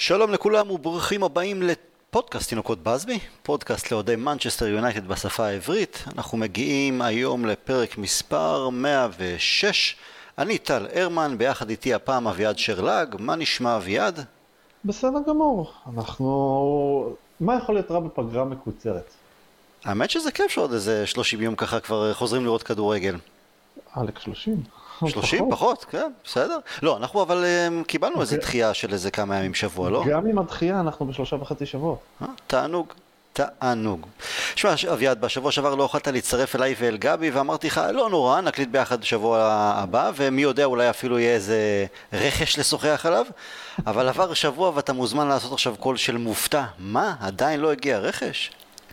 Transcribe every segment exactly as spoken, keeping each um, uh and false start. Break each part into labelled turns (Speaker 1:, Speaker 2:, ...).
Speaker 1: שלום לכולם וברוכים הבאים לפודקאסט תינוקות בסבי, פודקאסט לאוהדי מנצ'סטר יונייטד בשפה העברית. אנחנו מגיעים היום לפרק מספר מאה ושש. אני טל הרמן, ביחד איתי הפעם אביעד שרלג. מה נשמע אביעד?
Speaker 2: בסדר גמור, אנחנו... מה יכול להיות רע בפגרה מקוצרת?
Speaker 1: האמת שזה כיף שעוד איזה שלושים יום ככה כבר חוזרים לראות כדורגל.
Speaker 2: אלק שלושים.
Speaker 1: שלושים פחות, כן, בסדר. לא, אנחנו אבל um, קיבלנו איזה דחייה של איזה כמה ימים שבוע, לא?
Speaker 2: גם עם הדחייה אנחנו בשלושה וחצי שבועות.
Speaker 1: אה, תענוג, תענוג. שמע, אביעד, בשבוע שעבר לא יכולת להצטרף אליי ואל גבי, ואמרתי לך, לא נורא, נקליט ביחד בשבוע הבא, ומי יודע, אולי אפילו יהיה איזה רכש לשוחח עליו, אבל עבר שבוע ואתה מוזמן לעשות עכשיו קול של מופתע. מה? עדיין לא הגיע רכש?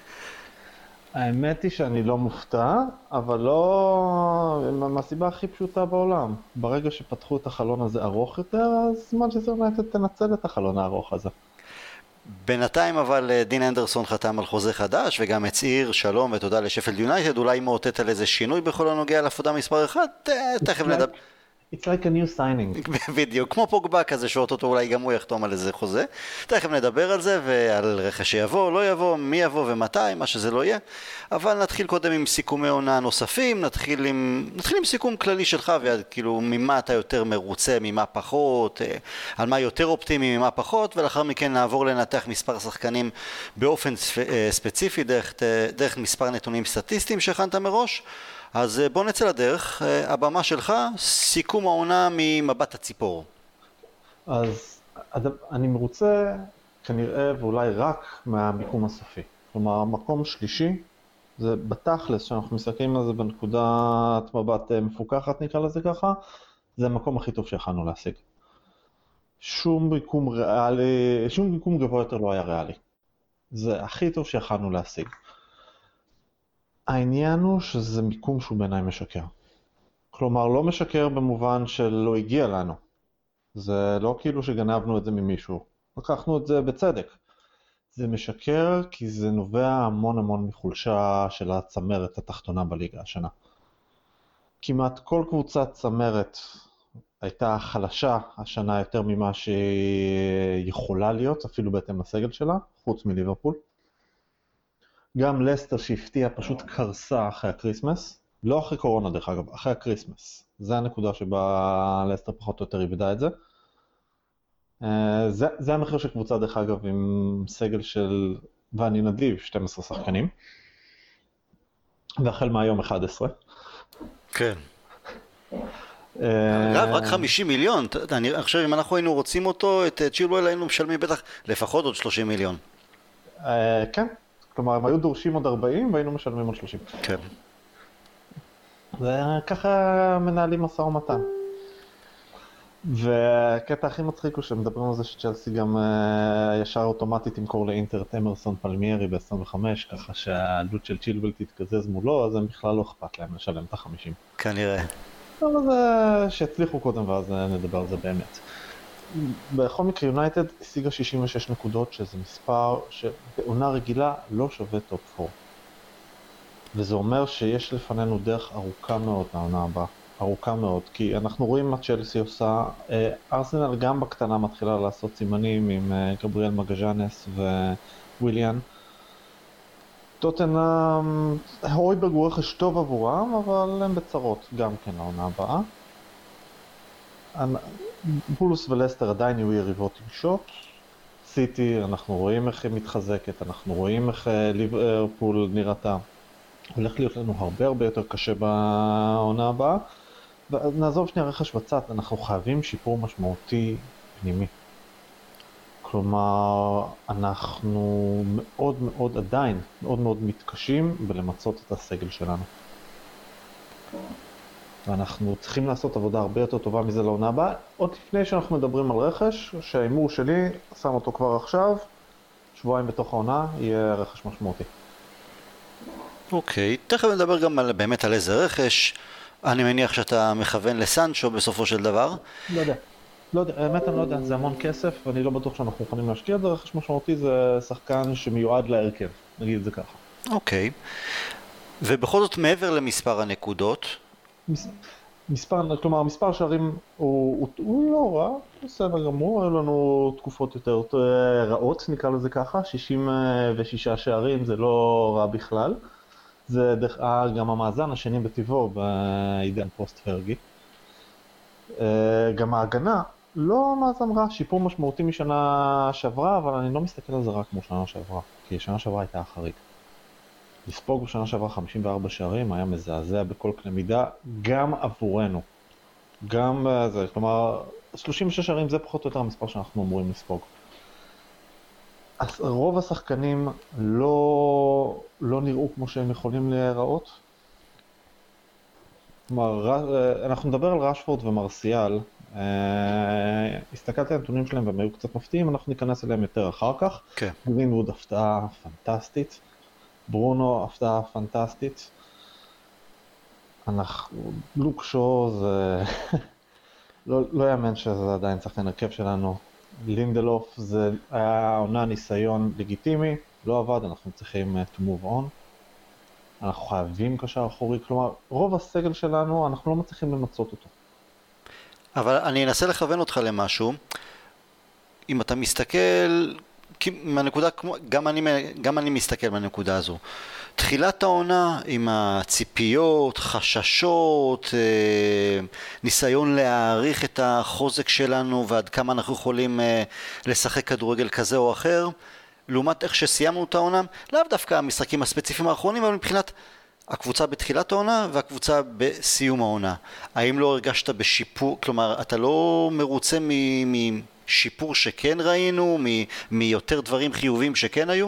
Speaker 2: האמת היא שאני לא מופתע, אבל לא... מהסיבה הכי פשוטה בעולם. ברגע שפתחו את החלון הזה ארוך יותר, אז מנצ'סטר יונייטד תנצל את החלון הארוך הזה.
Speaker 1: בינתיים אבל דין אנדרסון חתם על חוזה חדש וגם הצהיר שלום ותודה לשפילד יונייטד, אולי מאותת על איזה שינוי בכל הנוגע לעבודה מספר אחד, תכף נדבר.
Speaker 2: It's like a new signing.
Speaker 1: בדיוק, כמו פוגבה כזה שאוטוטו אולי גם הוא יחתום על איזה חוזה. תכף נדבר על זה ועל רכש שיבוא, לא יבוא, מי יבוא ומתי, מה שזה לא יהיה. אבל נתחיל קודם עם סיכומי עונה נוספים, נתחיל עם, נתחיל עם סיכום כללי שלך, וכאילו ממה אתה יותר מרוצה, ממה פחות, על מה יותר אופטימי, ממה פחות, ולאחר מכן נעבור לנתח מספר שחקנים באופן ספציפי, דרך, דרך מספר נתונים סטטיסטיים שהכנת מראש. אז בוא נצא לדרך, הבמה שלך, סיכום העונה ממבט הציפור.
Speaker 2: אז אני מרוצה כנראה ואולי רק מהמיקום הסופי. כלומר, מקום שלישי, זה בתכלס שאנחנו מסתכלים על זה בנקודת מבט מפוקחת נקרא לזה ככה, זה המקום הכי טוב שיכולנו להשיג. שום מיקום ריאלי, שום מיקום גבוה יותר לא היה ריאלי. זה הכי טוב שיכולנו להשיג. העניין הוא שזה מיקום שהוא בעיניי משקר. כלומר, לא משקר במובן שלא הגיע לנו. זה לא כאילו שגנבנו את זה ממישהו. לקחנו את זה בצדק. זה משקר כי זה נובע המון המון מחולשה של הצמרת התחתונה בליגה השנה. כמעט כל קבוצת צמרת הייתה חלשה השנה יותר ממה שהיא יכולה להיות, אפילו בהתאם לסגל שלה, חוץ מליברפול. גם לסטר שהפתיע פשוט קרסה אחרי הקריסמס, לא אחרי קורונה דרך אגב, אחרי הקריסמס. זה הנקודה שבה לסטר פחות או יותר איבדה את זה. זה, זה המחיר של קבוצה דרך אגב עם סגל של, ואני נדיב, שנים עשר שחקנים. והחל מהיום אחד עשר.
Speaker 1: כן. אגב, רק חמישים מיליון. אני חושב אם אנחנו היינו רוצים אותו, את צ'ילואל היינו משלמים בטח לפחות עוד שלושים מיליון.
Speaker 2: כן. כלומר, הם היו דורשים עוד ארבעים והיינו משלמים עוד שלושים.
Speaker 1: כן.
Speaker 2: וככה מנהלים משא ומתן. והקטע הכי מצחיק הוא שמדברים על זה שצ'לסי גם ישר אוטומטית ימכור לאינטר את אמרסון פלמיירי ב-עשרים וחמש, ככה שהעלות של צ'ילואל תתקזז מולו, אז הם בכלל לא אכפת להם לשלם את ה-חמישים.
Speaker 1: כנראה.
Speaker 2: אבל זה שהצליחו קודם ואז נדבר על זה באמת. בכל מקרה יונייטד השיגה שישים ושש נקודות, שזה מספר שבעונה רגילה לא שווה טופ ארבע. וזה אומר שיש לפנינו דרך ארוכה מאוד לעונה הבאה, ארוכה מאוד, כי אנחנו רואים מה צ'לסי עושה. ארסנל גם בקטנה מתחילה לעשות סימנים עם גבריאל מגז'אנס וויליאן. טוטנהאם, הויברג הוא רכש טוב עבורם, אבל הם בצרות גם כן לעונה הבאה. בולוס ולסטר עדיין יהיו יריבות עם שוט. סיטי, אנחנו רואים איך היא מתחזקת, אנחנו רואים איך ליברפול נראתה. הולך להיות לנו הרבה הרבה יותר קשה בעונה הבאה. ונעזוב שנייה רכש בצד, אנחנו חייבים שיפור משמעותי פנימי. כלומר, אנחנו מאוד מאוד עדיין, מאוד מאוד מתקשים בלמצות את הסגל שלנו. ואנחנו צריכים לעשות עבודה הרבה יותר טובה מזה לעונה הבאה. עוד לפני שאנחנו מדברים על רכש, שהאימור שלי, שם אותו כבר עכשיו, שבועיים בתוך העונה, יהיה רכש משמעותי.
Speaker 1: אוקיי, תכף נדבר גם על, באמת על איזה רכש. אני מניח שאתה מכוון לסנצ'ו בסופו של דבר.
Speaker 2: לא יודע. לא יודע, האמת אני לא יודע, זה המון כסף, ואני לא בטוח שאנחנו יכולים להשקיע. זה רכש משמעותי, זה שחקן שמיועד להרכב, נגיד את זה ככה.
Speaker 1: אוקיי. ובכל זאת מעבר למספר הנקודות,
Speaker 2: מספר, כלומר, מספר שערים הוא, הוא, הוא לא רע, בסדר גמור, היו לנו תקופות יותר רעות, נקרא לזה ככה, שישים ושישה שערים זה לא רע בכלל. זה דרך, גם המאזן השני בטבעו בעידן פוסט פרגי. גם ההגנה לא מאזן רע, שיפור משמעותי משנה שעברה, אבל אני לא מסתכל על זה רק כמו שנה שעברה, כי שנה שעברה הייתה החריג. לספוג בשנה שעברה חמישים וארבע שערים היה מזעזע בכל קנה מידה, גם עבורנו. גם זה, כלומר, שלושים ושש שערים זה פחות או יותר המספר שאנחנו אמורים לספוג. אז רוב השחקנים לא, לא נראו כמו שהם יכולים להיראות. כלומר, אנחנו נדבר על רשפורד ומרסיאל. הסתכלתי על הנתונים שלהם והם היו קצת מפתיעים, אנחנו ניכנס אליהם יותר אחר כך.
Speaker 1: כן.
Speaker 2: גרינווד הפתעה פנטסטית. ברונו הפתעה פנטסטית. אנחנו, לוק שו זה לא, לא יאמן שזה עדיין שחקן הרכב שלנו. לינדלוף זה היה עונה ניסיון לגיטימי, לא עבד, אנחנו צריכים to move on. אנחנו חייבים קשר אחורי, כלומר רוב הסגל שלנו אנחנו לא מצליחים למצות אותו.
Speaker 1: אבל אני אנסה לכוון אותך למשהו. אם אתה מסתכל מהנקודה, גם אני, גם אני מסתכל מהנקודה הזו. תחילת העונה עם הציפיות, חששות, ניסיון להעריך את החוזק שלנו ועד כמה אנחנו יכולים לשחק כדורגל כזה או אחר, לעומת איך שסיימנו את העונה, לאו דווקא המשחקים הספציפיים האחרונים, אבל מבחינת הקבוצה בתחילת העונה והקבוצה בסיום העונה. האם לא הרגשת בשיפור, כלומר, אתה לא מרוצה מ... שיפור שכן ראינו, מיותר דברים חיוביים שכן היו?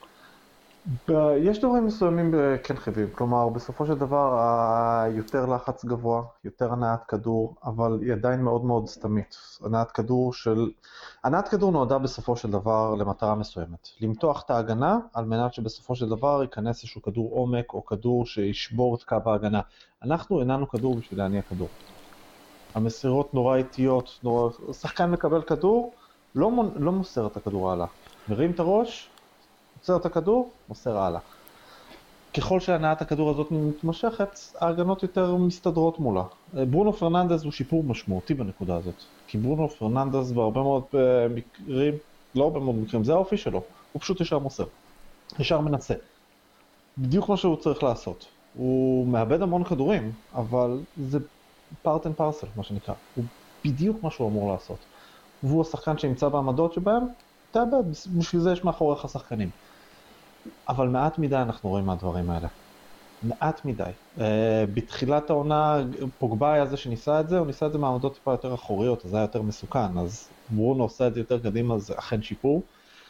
Speaker 2: יש דברים מסוימים כן חיוביים, כלומר בסופו של דבר יותר לחץ גבוה, יותר הנעת כדור, אבל היא עדיין מאוד מאוד סתמית. הנעת כדור של... הנעת כדור נועדה בסופו של דבר למטרה מסוימת. למתוח את ההגנה על מנת שבסופו של דבר ייכנס איזשהו כדור עומק או כדור שישבור את קו ההגנה. אנחנו איננו כדור בשביל להניע כדור. המסירות נורא איטיות, נורא... שחקן מקבל כדור, לא, מ... לא מוסר את הכדור הלאה. מרים את הראש, מוסר את הכדור, מוסר הלאה. ככל שהנעת הכדור הזאת מתמשכת, ההגנות יותר מסתדרות מולה. ברונו פרננדז הוא שיפור משמעותי בנקודה הזאת. כי ברונו פרננדז בהרבה מאוד מקרים, לא הרבה מאוד מקרים, זה האופי שלו. הוא פשוט ישר מוסר. ישר מנסה. בדיוק מה שהוא צריך לעשות. הוא מאבד המון כדורים, אבל זה... פארט אנד פארסל, מה שנקרא. הוא בדיוק מה שהוא אמור לעשות. והוא השחקן שימצא בעמדות שבהם, תאבד, בשביל זה יש מאחוריך השחקנים. אבל מעט מדי אנחנו רואים מהדברים האלה. מעט מדי. Uh, בתחילת העונה, פוגבה היה זה שניסה את זה, הוא ניסה את זה מעמדות טיפה יותר אחוריות, אז זה היה יותר מסוכן, אז ברונו עושה את זה יותר קדימה, זה אכן שיפור.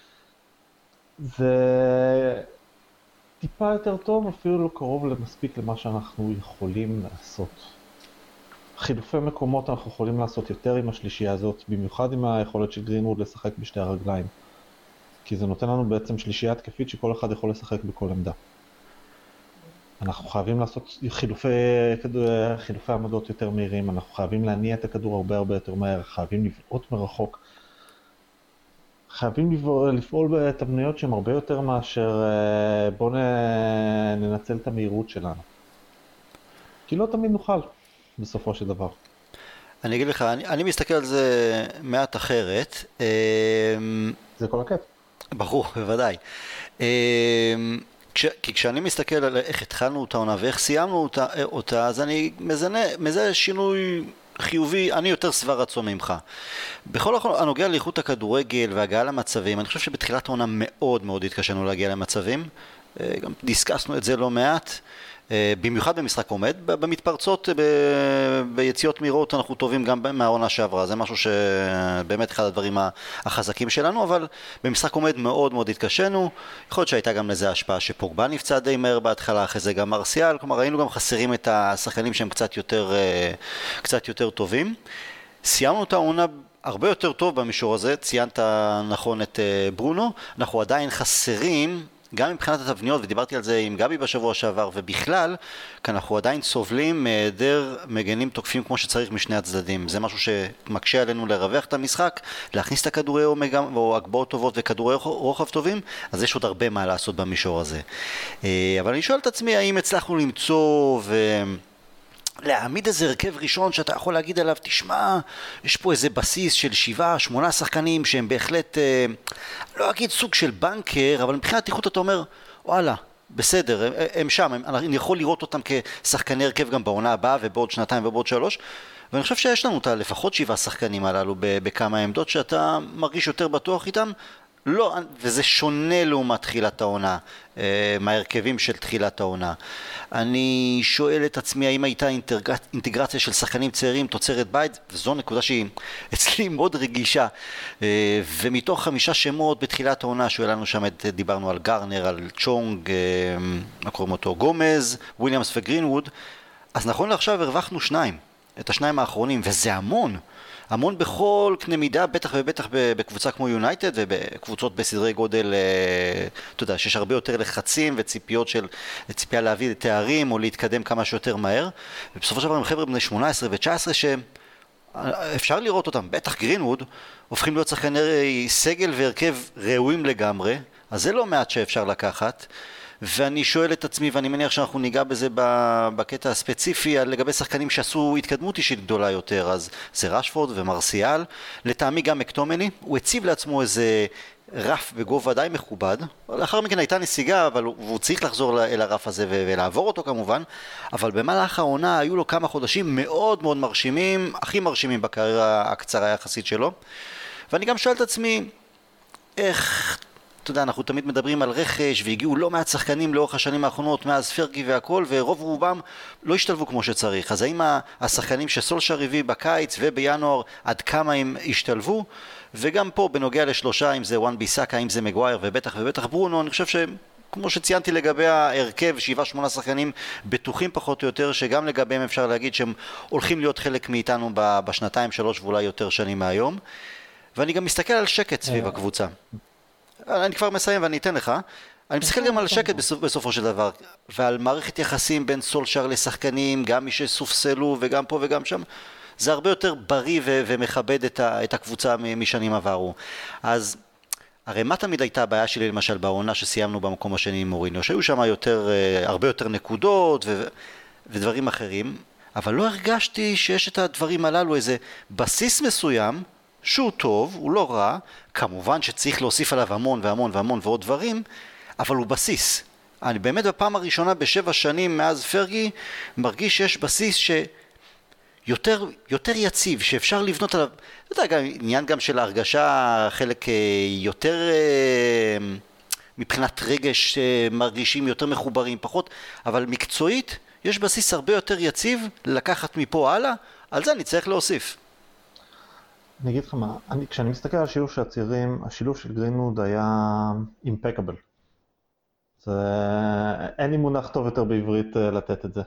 Speaker 2: זה טיפה יותר טוב, אפילו לא קרוב למספיק למה שאנחנו יכולים לעשות. חילופי מקומות אנחנו יכולים לעשות יותר עם השלישייה הזאת, במיוחד עם היכולת של גרינווד לשחק בשתי הרגליים. כי זה נותן לנו בעצם שלישייה התקפית שכל אחד יכול לשחק בכל עמדה. אנחנו חייבים לעשות חילופי, חילופי עמדות יותר מהירים, אנחנו חייבים להניע את הכדור הרבה הרבה יותר מהר, חייבים לבעוט מרחוק. חייבים לפעול בתבניות שהן הרבה יותר מאשר בואו ננצל את המהירות שלנו. כי לא תמיד נוכל. בסופו של דבר.
Speaker 1: אני אגיד לך, אני, אני מסתכל על זה מעט אחרת.
Speaker 2: זה כל הכיף.
Speaker 1: ברור, בוודאי. כש, כי כשאני מסתכל על איך התחלנו אותה עונה ואיך סיימנו אותה, אותה אז אני מזנה, מזה שינוי חיובי, אני יותר שבע רצון ממך. בכל הנוגע לאיכות הכדורגל והגעה למצבים, אני חושב שבתחילת העונה מאוד מאוד התקשנו להגיע למצבים. גם דיסקסנו את זה לא מעט. במיוחד במשחק עומד, במתפרצות, ביציאות מהירות אנחנו טובים גם מהעונה שעברה, זה משהו שבאמת אחד הדברים החזקים שלנו, אבל במשחק עומד מאוד מאוד התקשנו, יכול להיות שהייתה גם לזה השפעה שפוגבה נפצע די מהר בהתחלה, אחרי זה גם מרסיאל, כלומר ראינו גם חסרים את השחקנים שהם קצת יותר, קצת יותר טובים. סיימנו את העונה הרבה יותר טוב במישור הזה, ציינת נכון את ברונו, אנחנו עדיין חסרים, גם מבחינת התבניות, ודיברתי על זה עם גבי בשבוע שעבר, ובכלל, כי אנחנו עדיין סובלים מהיעדר מגנים תוקפים כמו שצריך משני הצדדים. זה משהו שמקשה עלינו לרווח את המשחק, להכניס את הכדורי אומגה, או הגבעות טובות וכדורי רוחב טובים, אז יש עוד הרבה מה לעשות במישור הזה. אבל אני שואל את עצמי, האם הצלחנו למצוא ו... להעמיד איזה הרכב ראשון שאתה יכול להגיד עליו, תשמע, יש פה איזה בסיס של שבעה, שמונה שחקנים שהם בהחלט, אה, לא אגיד סוג של בנקר, אבל מבחינת איכות אתה אומר, וואלה, בסדר, הם, הם שם, הם, אני יכול לראות אותם כשחקני הרכב גם בעונה הבאה ובעוד שנתיים ובעוד שלוש, ואני חושב שיש לנו את לפחות שבעה שחקנים הללו בכמה עמדות שאתה מרגיש יותר בטוח איתם, לא, וזה שונה לעומת תחילת העונה, מהרכבים של תחילת העונה. אני שואל את עצמי האם הייתה אינטגרציה של שחקנים צעירים תוצרת בית, וזו נקודה שהיא אצלי מאוד רגישה, ומתוך חמישה שמות בתחילת העונה שואל לנו שם, דיברנו על גרנר, על צ'ונג, מה קוראים אותו, גומז, וויליאמס וגרינווד, אז נכון לעכשיו הרווחנו שניים, את השניים האחרונים, וזה המון. המון בכל קנה מידה, בטח ובטח בקבוצה כמו יונייטד ובקבוצות בסדרי גודל, אתה יודע, שיש הרבה יותר לחצים וציפיות של, ציפייה להביא לתארים או להתקדם כמה שיותר מהר, ובסופו של דבר הם חבר'ה בני שמונה עשרה ו-תשע עשרה שאפשר לראות אותם, בטח גרינווד, הופכים להיות שחקני סגל והרכב ראויים לגמרי, אז זה לא מעט שאפשר לקחת, ואני שואל את עצמי, ואני מניח שאנחנו ניגע בזה בקטע הספציפי, לגבי שחקנים שעשו התקדמות אישית גדולה יותר, אז זה רשפורד ומרסיאל, לטעמי גם מקטומני, הוא הציב לעצמו איזה רף בגובה די מכובד, לאחר מכן הייתה נסיגה, אבל הוא צריך לחזור אל הרף הזה ולעבור אותו כמובן, אבל במהלך העונה היו לו כמה חודשים מאוד מאוד מרשימים, הכי מרשימים בקריירה הקצרה יחסית שלו, ואני גם שואל את עצמי, איך... אתה יודע, אנחנו תמיד מדברים על רכש, והגיעו לא מעט שחקנים לאורך השנים האחרונות, מאז פרגי והכל, ורוב רובם לא השתלבו כמו שצריך. אז האם השחקנים שסולשר הביא בקיץ ובינואר, עד כמה הם השתלבו? וגם פה, בנוגע לשלושה, אם זה וואן ביסאקה, אם זה מגווייר, ובטח ובטח ברונו, אני חושב ש... כמו שציינתי לגבי ההרכב, שבעה שמונה שחקנים בטוחים פחות או יותר, שגם לגביהם אפשר להגיד שהם הולכים להיות חלק מאיתנו בשנתיים, שלוש ואולי יותר שנים מהיום. ואני גם מסתכל על שקט סביב הקבוצה. אני כבר מסיים ואני אתן לך. אני מסתכל גם על שקט בסופ, בסופו של דבר, ועל מערכת יחסים בין סולשר לשחקנים, גם מי שסופסלו וגם פה וגם שם. זה הרבה יותר בריא ו- ומכבד את, ה- את הקבוצה משנים עברו. אז הרי מה תמיד הייתה הבעיה שלי למשל בעונה שסיימנו במקום השני עם מוריניו, שהיו שם יותר, הרבה יותר נקודות ו- ודברים אחרים, אבל לא הרגשתי שיש את הדברים הללו איזה בסיס מסוים, שהוא טוב, הוא לא רע, כמובן שצריך להוסיף עליו המון והמון והמון ועוד דברים, אבל הוא בסיס. אני באמת בפעם הראשונה בשבע שנים מאז פרגי מרגיש שיש בסיס שיותר יותר יציב, שאפשר לבנות עליו, אתה יודע, עניין גם של ההרגשה, חלק יותר מבחינת רגש מרגישים יותר מחוברים, פחות, אבל מקצועית יש בסיס הרבה יותר יציב לקחת מפה הלאה, על זה אני צריך להוסיף.
Speaker 2: אני אגיד לך מה, אני, כשאני מסתכל על השילוב של הצעירים, השילוב של גרינווד היה אימפקבל. זה, אין לי מונח טוב יותר בעברית לתת את זה.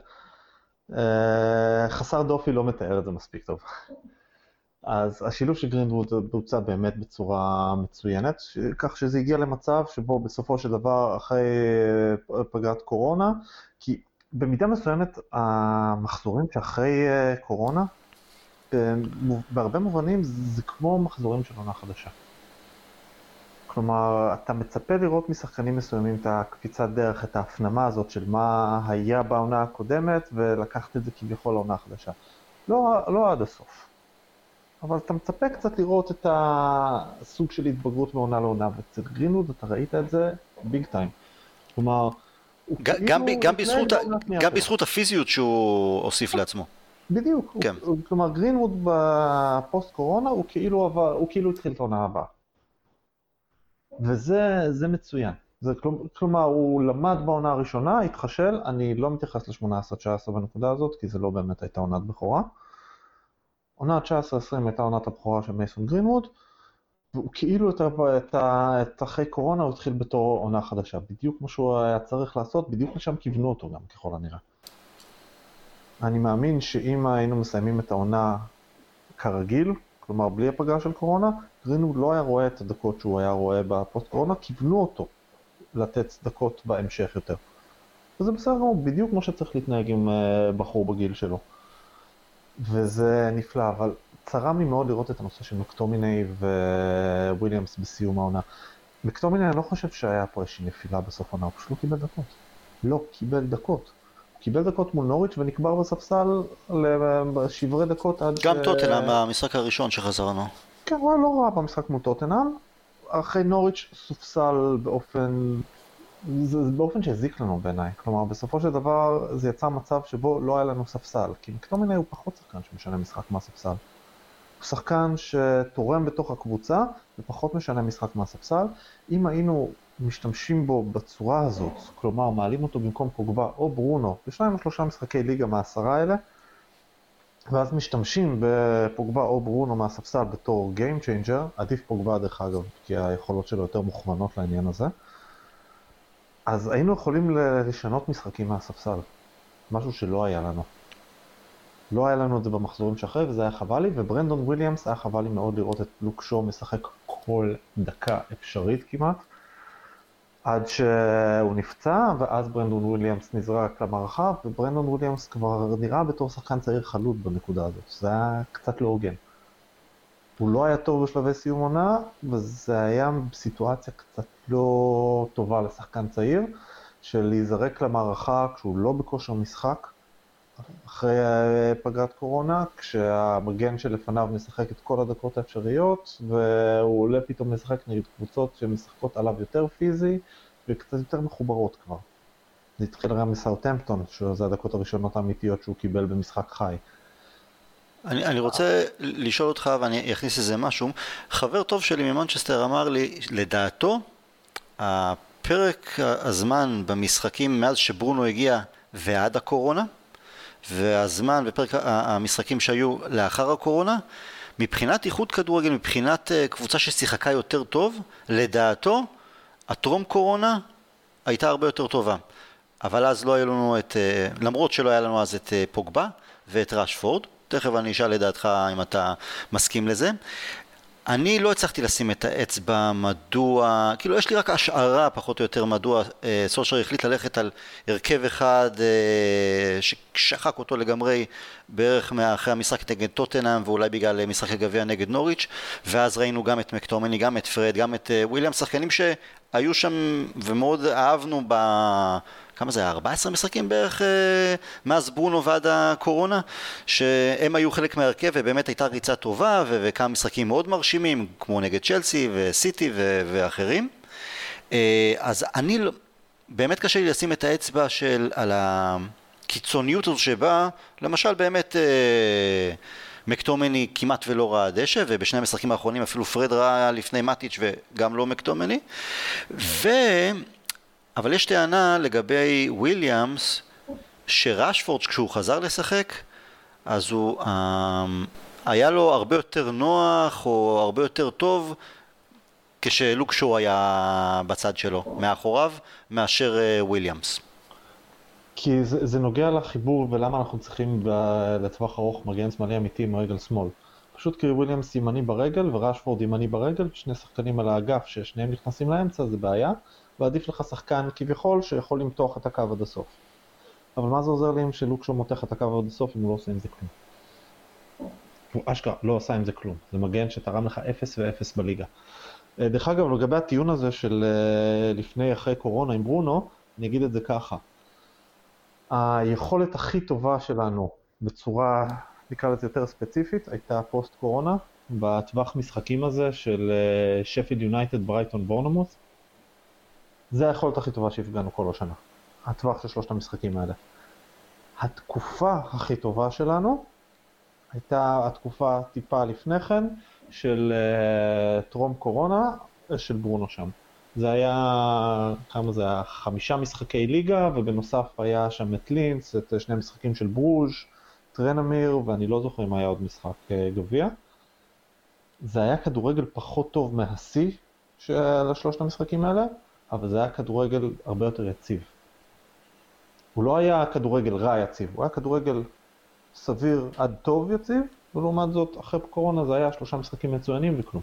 Speaker 2: חסר דופי לא מתאר את זה מספיק טוב. אז השילוב של גרינווד בוצע באמת בצורה מצוינת, כך שזה הגיע למצב שבו בסופו של דבר אחרי פגרת קורונה, כי במידה מסוימת המחזורים שאחרי קורונה, בהרבה מובנים זה כמו מחזורים של עונה חדשה. כלומר, אתה מצפה לראות משחקנים מסוימים את הקפיצת דרך, את ההפנמה הזאת של מה היה בעונה הקודמת, ולקחת את זה כביכול לעונה חדשה. לא, לא עד הסוף. אבל אתה מצפה קצת לראות את הסוג של התבגרות מעונה לעונה, ואצל גרינווד אתה ראית את זה ביג טיים. כלומר,
Speaker 1: גם בזכות הפיזיות שהוא הוסיף לעצמו.
Speaker 2: בדיוק, כן. הוא, כלומר גרינווד בפוסט קורונה הוא כאילו, עבר, הוא כאילו התחיל את העונה הבאה. וזה זה מצוין. זה, כלומר, הוא למד בעונה הראשונה, התחשל, אני לא מתייחס ל-שמונה עשרה תשע עשרה בנקודה הזאת, כי זה לא באמת הייתה עונת בכורה. עונה תשע עשרה עשרים הייתה עונת הבכורה של מייסון גרינווד, והוא כאילו את, את, את אחרי קורונה הוא התחיל בתור עונה חדשה, בדיוק כמו שהוא היה צריך לעשות, בדיוק לשם כיוונו אותו גם ככל הנראה. אני מאמין שאם היינו מסיימים את העונה כרגיל, כלומר בלי הפגרה של קורונה, גרינווד לא היה רואה את הדקות שהוא היה רואה בפוסט קורונה, כיוונו אותו לתת דקות בהמשך יותר. וזה בסדר, בדיוק כמו שצריך להתנהג עם בחור בגיל שלו. וזה נפלא, אבל צרם לי מאוד לראות את הנושא של מקטומיני וויליאמס בסיום העונה. מקטומיני אני לא חושב שהיה פה איזושהי נפילה בסוף העונה, הוא פשוט לא קיבל דקות. לא קיבל דקות. קיבל דקות מול נוריץ' ונקבר בספסל לשברי דקות עד
Speaker 1: גם ש... טוטנהאם, המשחק הראשון שחזרנו.
Speaker 2: כן, הוא היה לא רע במשחק מול טוטנהאם. אחרי נוריץ' סופסל באופן... זה באופן שהזיק לנו בעיניי. כלומר, בסופו של דבר זה יצא מצב שבו לא היה לנו ספסל. כי מקטומיני הוא פחות שחקן שמשנה משחק מהספסל. הוא שחקן שתורם בתוך הקבוצה ופחות משנה משחק מהספסל. אם היינו משתמשים בו בצורה הזאת, כלומר מעלים אותו במקום פוגבה או ברונו, בשניים או שלושה משחקי ליגה מהעשרה האלה, ואז משתמשים בפוגבה או ברונו מהספסל בתור Game Changer, עדיף פוגבה דרך אגב, כי היכולות שלו יותר מוכוונות לעניין הזה, אז היינו יכולים לשנות משחקים מהספסל, משהו שלא היה לנו. לא היה לנו את זה במחזורים שאחרי, וזה היה חבל לי, וברנדון וויליאמס היה חבל לי מאוד לראות את לוק שו משחק כל דקה אפשרית כמעט, עד שהוא נפצע, ואז ברנדון וויליאמס נזרק למערכה, וברנדון וויליאמס כבר נראה בתור שחקן צעיר חלוד בנקודה הזאת. זה היה קצת לא הוגן. הוא לא היה טוב בשלבי סיום עונה, וזה היה סיטואציה קצת לא טובה לשחקן צעיר, של להיזרק למערכה כשהוא לא בכושר משחק, אחרי פגרת קורונה, כשהמגן שלפניו משחק את כל הדקות האפשריות, והוא עולה פתאום לשחק נגד קבוצות שמשחקות עליו יותר פיזי, וקצת יותר מחוברות כבר. זה התחיל גם מסאות'המפטון, שזה הדקות הראשונות האמיתיות שהוא קיבל במשחק חי.
Speaker 1: אני, אני רוצה לשאול אותך, ואני אכניס לזה משהו. חבר טוב שלי ממנצ'סטר אמר לי, לדעתו, הפרק הזמן במשחקים מאז שברונו הגיע ועד הקורונה, והזמן בפרק המשחקים שהיו לאחר הקורונה, מבחינת איכות כדורגל, מבחינת קבוצה ששיחקה יותר טוב, לדעתו, הטרום קורונה הייתה הרבה יותר טובה. אבל אז לא היה לנו את, למרות שלא היה לנו אז את פוגבה ואת רשפורד, תכף אני אשאל לדעתך אם אתה מסכים לזה. אני לא הצלחתי לשים את האצבע מדוע, כאילו יש לי רק השערה פחות או יותר מדוע אה, סולשר החליט ללכת על הרכב אחד אה, ששחק אותו לגמרי בערך אחרי המשחק נגד טוטנהאם ואולי בגלל משחק הגביע נגד נוריץ', ואז ראינו גם את מקטומני, גם את פרד, גם את אה, וויליאם, שחקנים שהיו שם ומאוד אהבנו ב... כמה זה היה? ארבעה עשר משחקים בערך אה, מאז ברונו ועד הקורונה, שהם היו חלק מהרכב ובאמת הייתה ריצה טובה ו- וכמה משחקים מאוד מרשימים, כמו נגד צ'לסי וסיטי ו- ואחרים. אה, אז אני באמת קשה לי לשים את האצבע של על הקיצוניות הזו שבה, למשל באמת אה, מקטומני כמעט ולא ראה דשא, ובשני המשחקים האחרונים אפילו פרד ראה לפני מטיץ' וגם לא מקטומני. ו... אבל יש טענה לגבי וויליאמס, שרשפורד כשהוא חזר לשחק, אז הוא, אה, היה לו הרבה יותר נוח או הרבה יותר טוב, כשלוק שו היה בצד שלו, מאחוריו, מאשר אה, וויליאמס.
Speaker 2: כי זה, זה נוגע לחיבור ולמה אנחנו צריכים ב- לטווח ארוך מגן שמאלי אמיתי עם רגל שמאל. פשוט כי וויליאמס ימני ברגל ורשפורד ימני ברגל, שני שחקנים על האגף ששניהם נכנסים לאמצע, זה בעיה. ועדיף לך שחקן כביכול שיכול למתוח את הקו עד הסוף. אבל מה זה עוזר לי אם שלוק שו מותח את הקו עד הסוף אם הוא לא עושה עם זה כלום? הוא אשכרה לא עושה עם זה כלום. זה מגן שתרם לך אפס ואפס בליגה. דרך אגב, לגבי הטיעון הזה של לפני אחרי קורונה עם ברונו, אני אגיד את זה ככה. היכולת הכי טובה שלנו בצורה, נקרא לזה יותר ספציפית, הייתה פוסט קורונה, בטווח משחקים הזה של שפילד יונייטד, ברייטון, בורנמות'. זה היכולת הכי טובה שהפגענו כל השנה. הטווח של שלושת המשחקים האלה. התקופה הכי טובה שלנו הייתה התקופה טיפה לפני כן של uh, טרום קורונה של ברונו שם. זה היה, כמה זה היה? חמישה משחקי ליגה, ובנוסף היה שם את לינץ, את שני משחקים של ברוז', טרנמיר, ואני לא זוכר אם היה עוד משחק uh, גביע. זה היה כדורגל פחות טוב מהשיא של שלושת המשחקים האלה, אבל זה היה כדורגל הרבה יותר יציב. הוא לא היה כדורגל רע יציב, הוא היה כדורגל סביר עד טוב יציב, ולעומת זאת, אחרי קורונה זה היה שלושה משחקים מצוינים וכלום.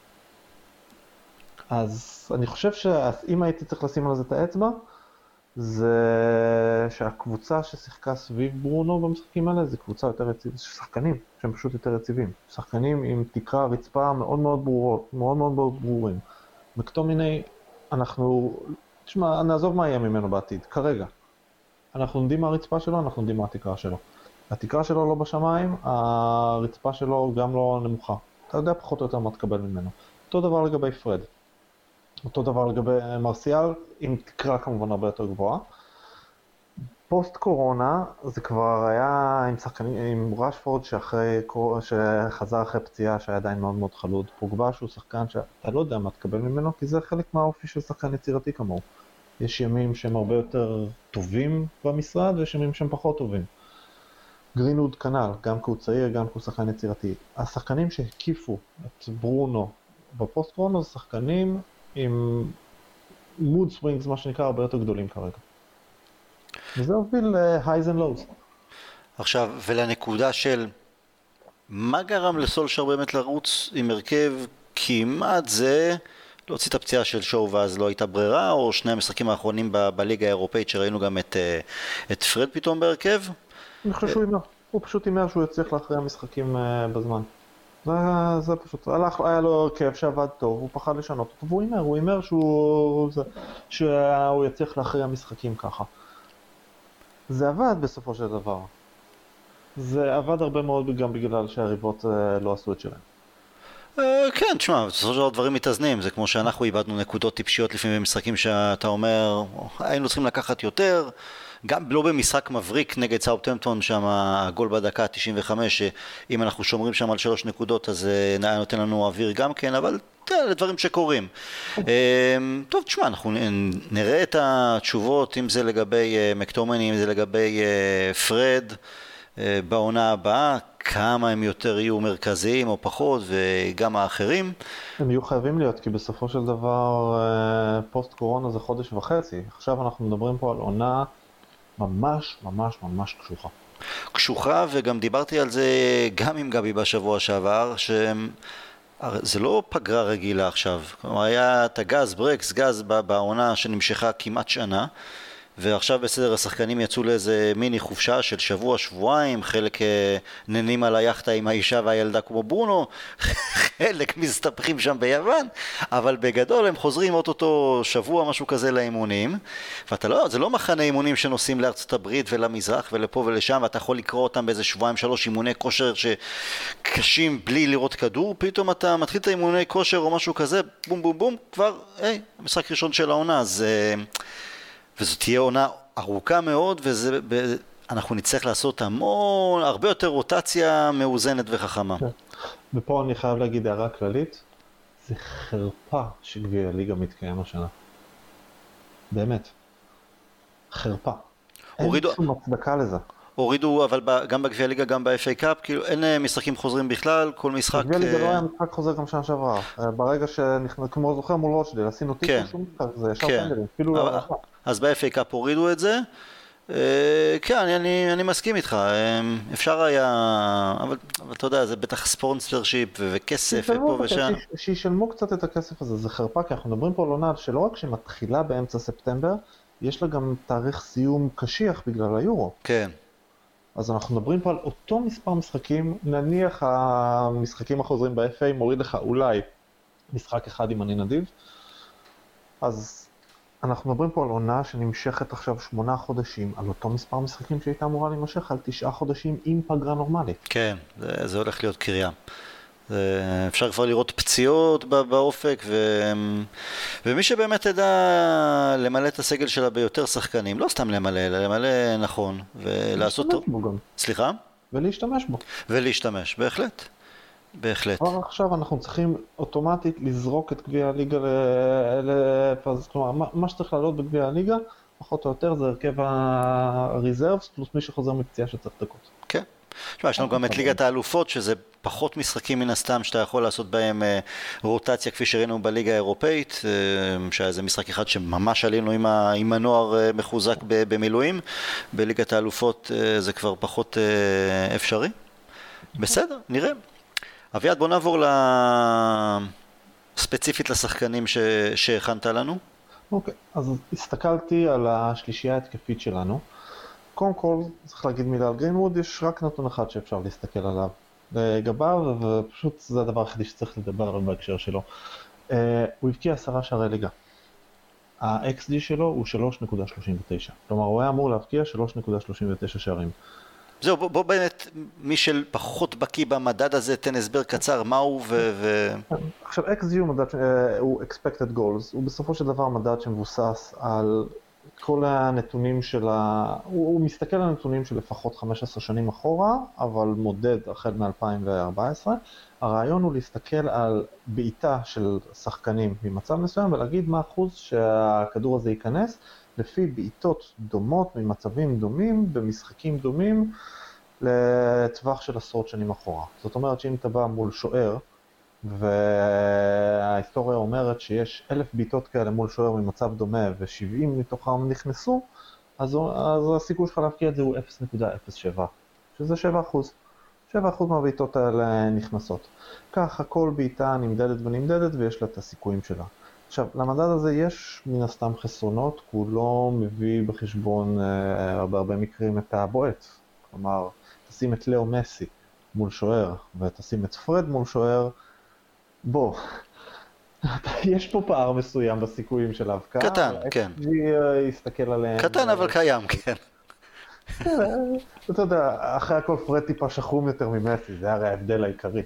Speaker 2: אז אני חושב שאם הייתי צריך לשים על זה את האצבע, זה שהקבוצה ששיחקה סביב ברונו במשחקים האלה, זה קבוצה יותר יציבה, זה שחקנים שהם פשוט יותר יציבים. שחקנים עם תקרה רצפה מאוד מאוד ברורות, מאוד מאוד ברורים. מקטומיני, אנחנו, תשמע, נעזוב מה יהיה ממנו בעתיד, כרגע. אנחנו יודעים מה הרצפה שלו, אנחנו יודעים מה התקרה שלו. התקרה שלו לא בשמיים, הרצפה שלו גם לא נמוכה. אתה יודע פחות או יותר מה תקבל ממנו. אותו דבר לגבי פרד. אותו דבר לגבי מרסיאל, עם תקרה כמובן הרבה יותר גבוהה. פוסט קורונה זה כבר היה עם שחקנים, עם רשפורד שאחרי, שחזר אחרי פציעה שהיה עדיין מאוד מאוד חלוד. פוגבה שהוא שחקן שאתה לא יודע מה תקבל ממנו, כי זה חלק מהאופי של שחקן יצירתי כמוהו. יש ימים שהם הרבה יותר טובים במשרד, ויש ימים שהם פחות טובים. גרינווד כנ"ל, גם כי הוא צעיר, גם כי הוא שחקן יצירתי. השחקנים שהקיפו את ברונו בפוסט קורונה זה שחקנים עם מוד סווינגס, מה שנקרא, הרבה יותר גדולים כרגע. וזה הוביל ל-highs and lows.
Speaker 1: עכשיו, ולנקודה של מה גרם לסולשר באמת לרוץ עם הרכב כמעט זה, להוציא את הפציעה של שואו ואז לא הייתה ברירה, או שני המשחקים האחרונים ב- בליגה האירופאית שראינו גם את, את פרד פתאום בהרכב?
Speaker 2: אני חושב שהוא אימר, הוא פשוט אימר שהוא יצליח לאחרי המשחקים בזמן. זה, זה פשוט, הלך, היה לו הרכב שעבד טוב, הוא פחד לשנות אותו, והוא אימר, הוא אימר שהוא, זה, שהוא יצליח לאחרי המשחקים ככה. זה עבד בסופו של דבר. זה עבד הרבה מאוד גם בגלל שהריבות לא עשו את שלהם.
Speaker 1: כן, תשמע, בסופו של דבר דברים מתאזנים, זה כמו שאנחנו איבדנו נקודות טיפשיות לפעמים במשחקים שאתה אומר, היינו צריכים לקחת יותר, גם לא במשחק מבריק נגד סאות'המפטון, שם הגול בדקה תשעים וחמש, שאם אנחנו שומרים שם על שלוש נקודות, אז היה נותן לנו אוויר גם כן, אבל זה דברים שקורים. טוב, תשמע, אנחנו נראה את התשובות, אם זה לגבי מקטומני, אם זה לגבי פרד, בעונה הבאה, כמה הם יותר יהיו מרכזיים או פחות, וגם האחרים.
Speaker 2: הם יהיו חייבים להיות, כי בסופו של דבר פוסט קורונה זה חודש וחצי. עכשיו אנחנו מדברים פה על עונה ממש ממש ממש קשוחה.
Speaker 1: קשוחה, וגם דיברתי על זה גם עם גבי בשבוע שעבר, שזה לא פגרה רגילה עכשיו. כלומר, היה את הגז, ברקס, גז בעונה שנמשכה כמעט שנה, ועכשיו בסדר השחקנים יצאו לאיזה מיני חופשה של שבוע, שבועיים, חלק נהנים על היחטה עם האישה והילדה כמו ברונו, חלק מסתפחים שם ביוון, אבל בגדול הם חוזרים אותו שבוע משהו כזה לאימונים, ואתה לא, זה לא מחנה אימונים שנוסעים לארצות הברית ולמזרח ולפה ולשם, ואתה יכול לקרוא אותם באיזה שבועיים שלוש אימוני כושר שקשים בלי לראות כדור, פתאום אתה מתחיל את האימוני כושר או משהו כזה, בום בום בום, כבר, היי, המשחק ראשון של העונה, אז... וזו תהיה עונה ארוכה מאוד, ואנחנו נצטרך לעשות המון, הרבה יותר רוטציה מאוזנת וחכמה.
Speaker 2: ופה אני חייב להגיד הערה כללית, זה חרפה שגביע הליגה מתקיים השנה. באמת. חרפה.
Speaker 1: הורידו...
Speaker 2: אין שום הצדקה לזה.
Speaker 1: הורידו, אבל גם בגביע הליגה, גם ב-אף איי קאפ, כאילו אין משחקים חוזרים בכלל, כל משחק...
Speaker 2: בגביע הליגה לא היה משחק חוזר גם שנה שעברה. ברגע שנכנס, כמו זוכר מול רוצ'דייל, עשינו טיפול שום משחק, זה ישר פנדלים, אפילו לא ערכה.
Speaker 1: אז ב-אף איי קאפ הורידו את זה. כן, אני, אני מסכים איתך, אפשר היה, אבל, אבל אתה יודע, זה בטח ספונסרשיפ וכסף ופה ושם.
Speaker 2: שישלמו קצת את הכסף הזה, זה חרפה, כי אנחנו מדברים פה על עונה שלא רק שמתחילה באמצע ספטמבר, יש לה גם תאריך סיום קשיח בגלל היורו.
Speaker 1: כן.
Speaker 2: אז אנחנו מדברים פה על אותו מספר משחקים, נניח המשחקים החוזרים ב-אף איי מוריד לך אולי משחק אחד אם אני נדיב, אז אנחנו מדברים פה על עונה שנמשכת עכשיו שמונה חודשים, על אותו מספר משחקים שהייתה אמורה להימשך על תשעה חודשים עם פגרה נורמלית.
Speaker 1: כן, זה, זה הולך להיות קריאה. זה, אפשר כבר לראות פציעות באופק, ו... ומי שבאמת ידע למלא את הסגל שלה ביותר שחקנים, לא סתם למלא, אלא למלא נכון, ולעשות...
Speaker 2: ולהשתמש בו גם.
Speaker 1: סליחה?
Speaker 2: ולהשתמש בו.
Speaker 1: ולהשתמש, בהחלט. בהחלט.
Speaker 2: כבר עכשיו אנחנו צריכים אוטומטית לזרוק את גביע הליגה לפז, כלומר, מה שצריך לעלות בגביע הליגה, פחות או יותר זה הרכב הריזרבס, פלוס מי שחוזר מפציעה שצריך דקות.
Speaker 1: כן. תשמע, יש לנו גם את ליגת האלופות, שזה פחות משחקים מן הסתם שאתה יכול לעשות בהם רוטציה כפי שראינו בליגה האירופאית, שהיה זה משחק אחד שממש עלינו עם, ה, עם הנוער מחוזק במילואים, בליגת האלופות זה כבר פחות אפשרי. בסדר, נראה. אביעד, בוא נעבור ספציפית לשחקנים ש... שהכנת לנו.
Speaker 2: אוקיי, אז הסתכלתי על השלישייה ההתקפית שלנו. קודם כל, צריך להגיד מילה על גרינווד, יש רק נתון אחד שאפשר להסתכל עליו לגביו, ופשוט זה הדבר היחידי שצריך לדבר עליו בהקשר שלו. הוא הבקיע עשרה שערי ליגה. ה-אקס ג'י שלו הוא שלוש נקודה שלושים ותשע. כלומר, הוא היה אמור להבקיע שלוש נקודה שלושים ותשע שערים.
Speaker 1: זהו, בוא, בוא באמת, מי שפחות בקיא במדד הזה, תן הסבר קצר, מהו ו... ו...
Speaker 2: עכשיו, אקס ג'י הוא מדד, הוא expected goals, הוא בסופו של דבר מדד שמבוסס על כל הנתונים של ה... הוא, הוא מסתכל על הנתונים של לפחות חמש עשרה שנים אחורה, אבל מודד החל מ-אלפיים וארבע עשרה. הרעיון הוא להסתכל על בעיטה של שחקנים ממצב מסוים, ולהגיד מה אחוז שהכדור הזה ייכנס, לפי בעיטות דומות ממצבים דומים, במשחקים דומים, לטווח של עשרות שנים אחורה. זאת אומרת שאם אתה בא מול שוער, וההיסטוריה אומרת שיש אלף בעיטות כאלה מול שוער ממצב דומה, ו-שבעים מתוכם נכנסו, אז, אז הסיכוי שלך להבקיע את זה הוא אפס נקודה אפס שבע, שזה שבע אחוז. שבע אחוז מהבעיטות האלה נכנסות. ככה כל בעיטה נמדדת ונמדדת, ויש לה את הסיכויים שלה. עכשיו, למדד הזה יש מן הסתם חסרונות, כי הוא לא מביא בחשבון אה, בהרבה מקרים את הבועט. כלומר, תשים את לאו מסי מול שוער, ותשים את פרד מול שוער, בוא, יש פה פער מסוים בסיכויים של ההבקעה.
Speaker 1: קטן, כן.
Speaker 2: יסתכל עליהם.
Speaker 1: קטן אבל קיים, כן.
Speaker 2: אתה יודע, אחרי הכל פרד טיפה שחום יותר ממסי, זה הרי ההבדל העיקרי.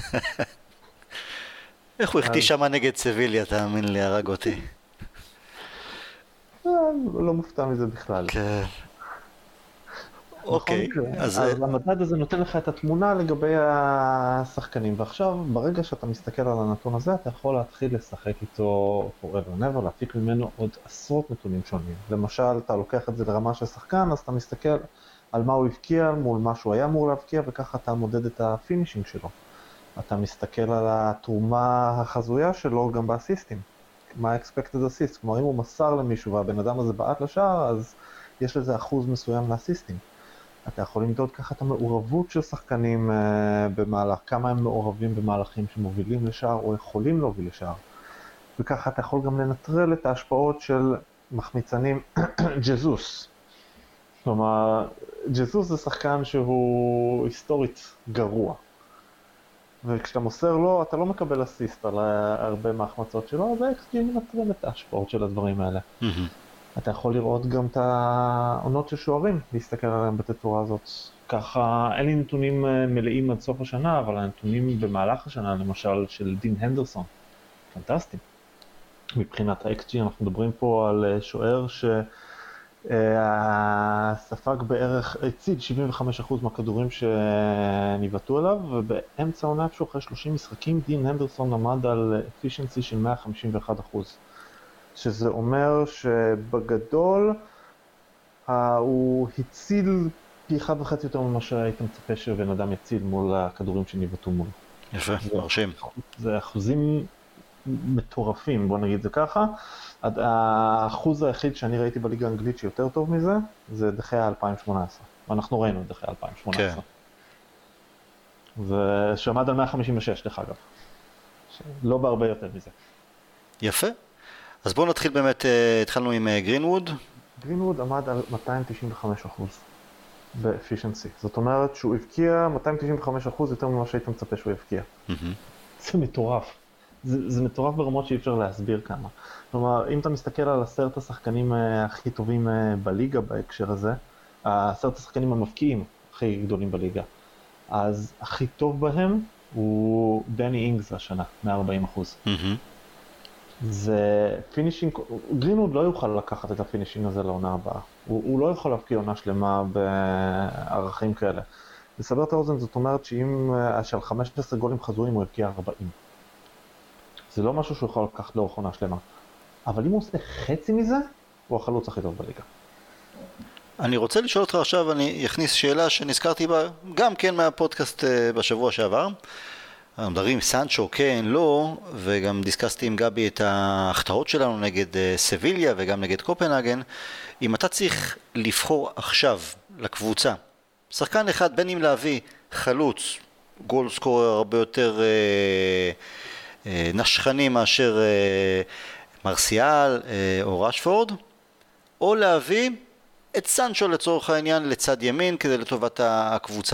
Speaker 1: איך הוא החטיא שמה נגד סביליה, תאמין לי, הרג אותי.
Speaker 2: לא מופתע מזה בכלל.
Speaker 1: כן. אוקיי.
Speaker 2: אז המדד הזה נותן לך את התמונה לגבי השחקנים, ועכשיו ברגע שאתה מסתכל על הנתון הזה, אתה יכול להתחיל לשחק איתו forever and ever, להפיק ממנו עוד עשרות נתונים שונים. למשל, אתה לוקח את זה לרמה של שחקן, אז אתה מסתכל על מה הוא הבקיע, מול מה שהוא היה אמור להבקיע, וככה אתה מודד את הפינישינג שלו. אתה מסתכל על התרומה החזויה שלו גם באסיסטים. מה ה-expected assist? כלומר, אם הוא מסר למישהו והבן אדם הזה בעט לשער, אז יש לזה אחוז מסוים לאסיסטים. אתה יכול למדוד ככה את המעורבות של שחקנים uh, במהלך, כמה הם מעורבים במהלכים שמובילים לשער או יכולים להוביל לשער. וככה אתה יכול גם לנטרל את ההשפעות של מחמיצנים ג'זוס. כלומר, ג'זוס זה שחקן שהוא היסטורית גרוע. וכשאתה מוסר לו, אתה לא מקבל אסיסט על הרבה מהחמצות שלו, ואקס ג'י מנטרל את ההשפעות של הדברים האלה. Mm-hmm. אתה יכול לראות גם את העונות של שוערים, להסתכל עליהם בתצורה הזאת. ככה, אין לי נתונים מלאים עד סוף השנה, אבל הנתונים במהלך השנה, למשל של דין הנדרסון, פנטסטיים. מבחינת ה-אקס ג'י אנחנו מדברים פה על שוער שספג בערך, הציל שבעים וחמישה אחוז מהכדורים שניבטו אליו, ובאמצע העונה איפשהו אחרי שלושים משחקים, דין הנדרסון עמד על efficiency של מאה חמישים ואחד אחוז. שזה אומר שבגדול הוא הציל פי אחד וחצי יותר ממה שהיית מצפה שבן אדם יציל מול הכדורים שניבטו מול.
Speaker 1: יפה, מרשים.
Speaker 2: זה אחוזים מטורפים, בוא נגיד זה ככה. האחוז היחיד שאני ראיתי בליגה האנגלית שיותר טוב מזה, זה דחיה אלפיים שמונה עשרה. ואנחנו ראינו את דחיה אלפיים שמונה עשרה. כן. ושעמד על מאה חמישים ושש דרך אגב. לא בהרבה יותר מזה.
Speaker 1: יפה. אז בואו נתחיל באמת, התחלנו עם גרינווד.
Speaker 2: גרינווד עמד על מאתיים תשעים וחמישה אחוז באפישנסי. זאת אומרת שהוא הבקיע מאתיים תשעים וחמישה אחוז יותר ממה שהיית מצפה שהוא הבקיע. Mm-hmm. זה מטורף. זה, זה מטורף ברמות שאי אפשר להסביר כמה. כלומר, אם אתה מסתכל על עשרת השחקנים הכי טובים בליגה בהקשר הזה, עשרת השחקנים המבקיעים הכי גדולים בליגה, אז הכי טוב בהם הוא דני אינגס השנה, מאה וארבעים אחוז. Mm-hmm. זה פינישינג, גרינווד לא יוכל לקחת את הפינישינג הזה לעונה הבאה. הוא, הוא לא יכול להבקיע עונה שלמה בערכים כאלה. לסבר את האוזן, זאת אומרת שאם של חמישה עשר גולים חזורים הוא הבקיע ארבעים. זה לא משהו שהוא יכול לקחת לאורך עונה שלמה. אבל אם הוא עושה חצי מזה, הוא החלוץ הכי טוב בליגה.
Speaker 1: אני רוצה לשאול אותך עכשיו, אני אכניס שאלה שנזכרתי בה, גם כן מהפודקאסט בשבוע שעבר. מדברים סנצ'ו, כן, לא, וגם דיסקסתי עם גבי את ההחטאות שלנו נגד סביליה וגם נגד קופנהגן. אם אתה צריך לבחור עכשיו לקבוצה, שחקן אחד, בין אם להביא חלוץ, גול סקורר הרבה יותר אה, אה, נשכני מאשר אה, מרסיאל אה, או רשפורד, או להביא את סנצ'ו לצורך העניין לצד ימין כדי לטובת הקבוצה.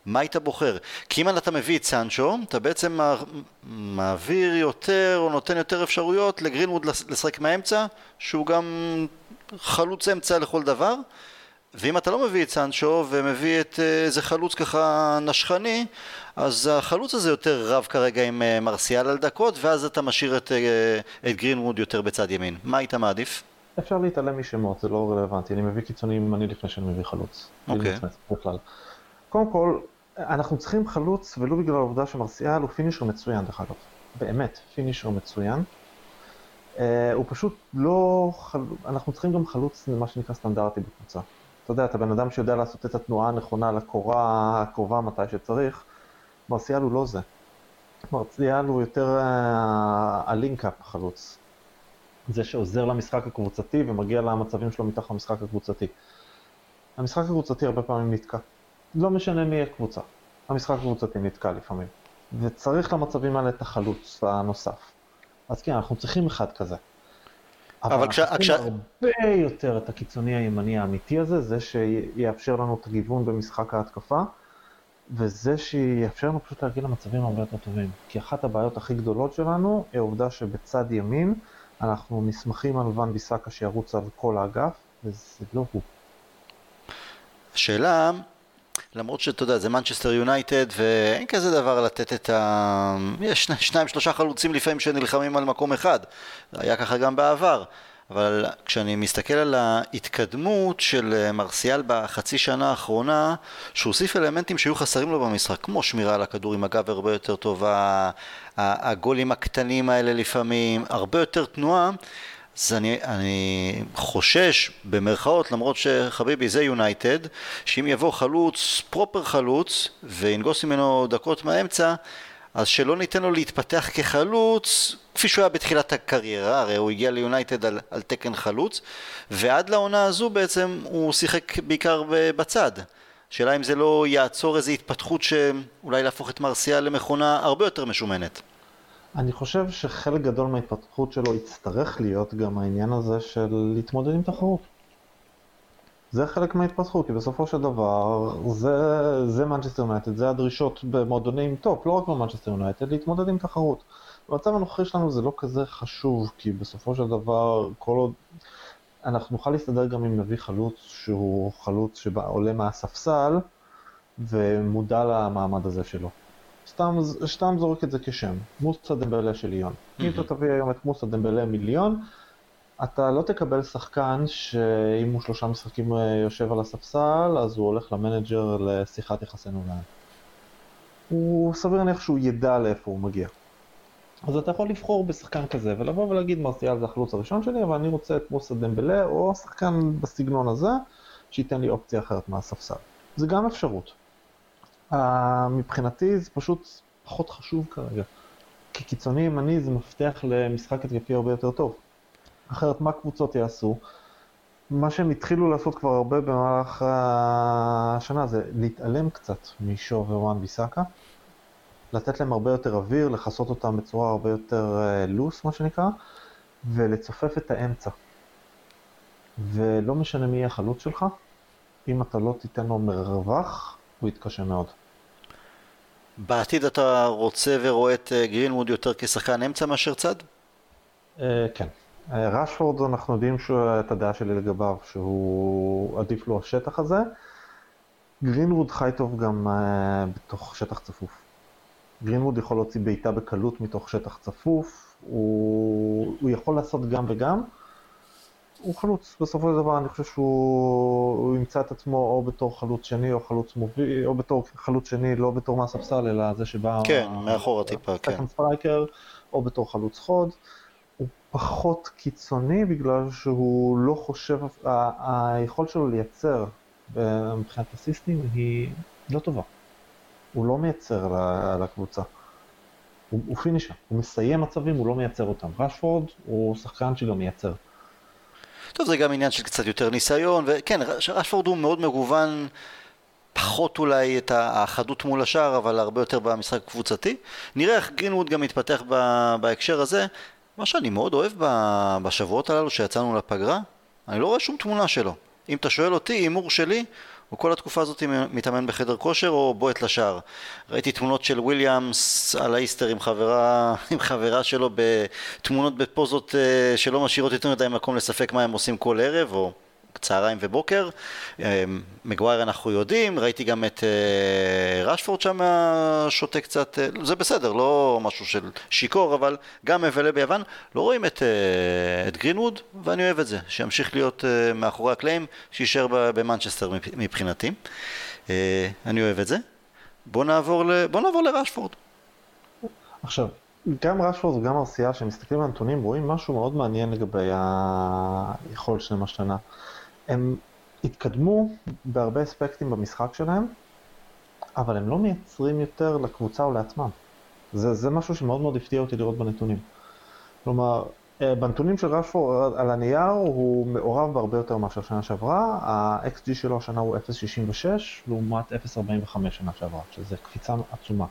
Speaker 1: מה היית בוחר? כי אם אתה מביא את סנצ'ו, אתה בעצם מעביר יותר או נותן יותר אפשרויות לגרינווד לשחק מהאמצע, שהוא גם חלוץ אמצע לכל דבר, ואם אתה לא מביא את סנצ'ו ומביא את איזה חלוץ ככה נשכני, אז החלוץ הזה יותר רב כרגע עם מרסיאל על דקות, ואז אתה משאיר את, את גרינווד יותר בצד ימין. מה היית מעדיף?
Speaker 2: אפשר להתעלם משמות, זה לא רלוונטי. אני מביא קיצוני ימני לפני שאני מביא חלוץ.
Speaker 1: אוקיי.
Speaker 2: בכלל. קודם כל, אנחנו צריכים חלוץ, ולא בגלל העובדה שמרסיאל הוא פינישר מצוין, דרך אגב. באמת, פינישר מצוין. Uh, הוא פשוט לא... חל... אנחנו צריכים גם חלוץ, מה שנקרא סטנדרטי בקבוצה. אתה יודע, אתה בן אדם שיודע לעשות את התנועה הנכונה לקורה הקרובה מתי שצריך. מרסיאל הוא לא זה. מרסיאל הוא יותר uh, הלינקאפ החלוץ. זה שעוזר למשחק הקבוצתי ומגיע למצבים שלו מתוך המשחק הקבוצתי. המשחק הקבוצתי הרבה פעמים נתקע. לא משנה מי הקבוצה. המשחק הקבוצתי נתקע לפעמים. וצריך למצבים האלה את החלוץ הנוסף. אז כן, אנחנו צריכים אחד כזה. אבל אנחנו צריכים כש... הרבה יותר את הקיצוני הימני האמיתי הזה, זה שיאפשר לנו את הגיוון במשחק ההתקפה, וזה שיאפשר לנו פשוט להגיע למצבים הרבה יותר טובים. כי אחת הבעיות הכי גדולות שלנו היא העובדה שבצד ימין אנחנו נסמכים על ון ביסאקה שירוץ על כל האגף, וזה לא הוא.
Speaker 1: שאלה, למרות שאתה יודע, זה מנצ'סטר יונייטד, ואין כזה דבר לתת את ה... יש שניים, שלושה חלוצים לפעמים שנלחמים על מקום אחד. היה ככה גם בעבר. אבל כשאני מסתכל על ההתקדמות של מרסיאל בחצי שנה האחרונה, שהוא הוסיף אלמנטים שהיו חסרים לו במשחק, כמו שמירה על הכדור עם הגב הרבה יותר טובה, הגולים הקטנים האלה לפעמים, הרבה יותר תנועה, אז אני, אני חושש במרכאות, למרות שחביבי זה יונייטד, שאם יבוא חלוץ, פרופר חלוץ, וינגוס ממנו דקות מהאמצע, אז שלא ניתן לו להתפתח כחלוץ, כפי שהוא היה בתחילת הקריירה, הרי הוא הגיע ליונייטד על, על תקן חלוץ, ועד לעונה הזו בעצם הוא שיחק בעיקר בצד. שאלה אם זה לא יעצור איזו התפתחות שאולי להפוך את מרסיאל למכונה הרבה יותר משומנת.
Speaker 2: אני חושב שחלק גדול מההתפתחות שלו יצטרך להיות גם העניין הזה של להתמודד עם תחרות. זה חלק מההתפתחות, כי בסופו של דבר זה, זה מנצ'סטר יונייטד, זה הדרישות במועדונים טופ, לא רק במנצ'סטר יונייטד, להתמודד עם תחרות. במצב הנוכחי שלנו זה לא כזה חשוב, כי בסופו של דבר כל עוד אנחנו נוכל להסתדר גם אם נביא חלוץ שהוא חלוץ שעולה מהספסל ומודע למעמד הזה שלו. סתם, סתם זורק את זה כשם, מוסא דמבלה של ליון. Mm-hmm. אם אתה תביא היום את מוסא דמבלה מליון, אתה לא תקבל שחקן שאם הוא שלושה משחקים יושב על הספסל, אז הוא הולך למנג'ר לשיחת יחסי נולן. הוא סביר להניח שהוא ידע לאיפה הוא מגיע. אז אתה יכול לבחור בשחקן כזה, ולבוא ולהגיד מרסיאל זה החלוץ הראשון שלי, אבל אני רוצה את מוסא דמבלה, או שחקן בסגנון הזה, שייתן לי אופציה אחרת מהספסל. זה גם אפשרות. Uh, מבחינתי זה פשוט פחות חשוב כרגע. כי קיצוני ימני זה מפתח למשחק התקפי הרבה יותר טוב. אחרת מה קבוצות יעשו? מה שהם התחילו לעשות כבר הרבה במהלך השנה זה להתעלם קצת משו ווואן ביסאקה, לתת להם הרבה יותר אוויר, לחסות אותם בצורה הרבה יותר לוס מה שנקרא, ולצופף את האמצע. ולא משנה מי יהיה החלוץ שלך, אם אתה לא תיתן לו מרווח, הוא יתקשה מאוד.
Speaker 1: בעתיד אתה רוצה ורואה את גרינווד יותר כשחקן אמצע מאשר צד?
Speaker 2: כן. רשפורד אנחנו יודעים את הדעה שלי לגביו, שהוא עדיף לו השטח הזה. גרינווד חי טוב גם בתוך שטח צפוף. גרינווד יכול להוציא בעיטה בקלות מתוך שטח צפוף, הוא, הוא יכול לעשות גם וגם. הוא חלוץ, בסופו של דבר אני חושב שהוא ימצא את עצמו או בתור חלוץ שני או חלוץ מוביל, או בתור חלוץ שני, לא בתור מהספסל, אלא זה שבא...
Speaker 1: כן, מאחורה טיפה, כן.
Speaker 2: סקנד סטרייקר, או בתור חלוץ חוד. הוא פחות קיצוני בגלל שהוא לא חושב, היכולת שלו לייצר מבחינת הסיסטים היא לא טובה. הוא לא מייצר לקבוצה. הוא, הוא פינישר, הוא מסיים מצבים, הוא לא מייצר אותם. רשפורד הוא שחקן שגם מייצר.
Speaker 1: טוב, זה גם עניין של קצת יותר ניסיון, וכן, רשפורד הוא מאוד מגוון, פחות אולי את האחדות מול השאר, אבל הרבה יותר במשחק קבוצתי. נראה איך גרינווד גם מתפתח בהקשר הזה. מה שאני מאוד אוהב בשבועות הללו שיצאנו לפגרה, אני לא רואה שום תמונה שלו. אם אתה שואל אותי, אימור שלי, הוא כל התקופה הזאת מתאמן בחדר כושר או בועט לשער. ראיתי תמונות של וויליאמס על האיסטר עם חברה, עם חברה שלו בתמונות בפוזות שלא משאירות יותר מדי מקום לספק מה הם עושים כל ערב או צהריים ובוקר. מגווייר אנחנו יודעים, ראיתי גם את רשפורד שם שותה קצת, זה בסדר, לא משהו של שיקור, אבל גם מבלה ביוון. לא רואים את, את גרינווד, ואני אוהב את זה, שימשיך להיות מאחורי הקלעים, שישאר במנצ'סטר מבחינתי. אני אוהב את זה. בוא נעבור, בוא נעבור לרשפורד.
Speaker 2: עכשיו, גם רשפורד וגם מרסיאל, שמסתכלים על הנתונים, רואים משהו מאוד מעניין לגבי היכולת שלהם השנה. הם התקדמו בהרבה אספקטים במשחק שלהם, אבל הם לא מייצרים יותר לקבוצה או לעצמם. זה, זה משהו שמאוד מאוד הפתיע אותי לראות בנתונים. כלומר, בנתונים של רשפורד על הנייר הוא מעורב בהרבה יותר מאשר שנה שעברה, ה-אקס ג'י שלו השנה הוא אפס נקודה שישים ושש, לעומת אפס נקודה ארבעים וחמש שנה שעברה, שזה קפיצה עצומה.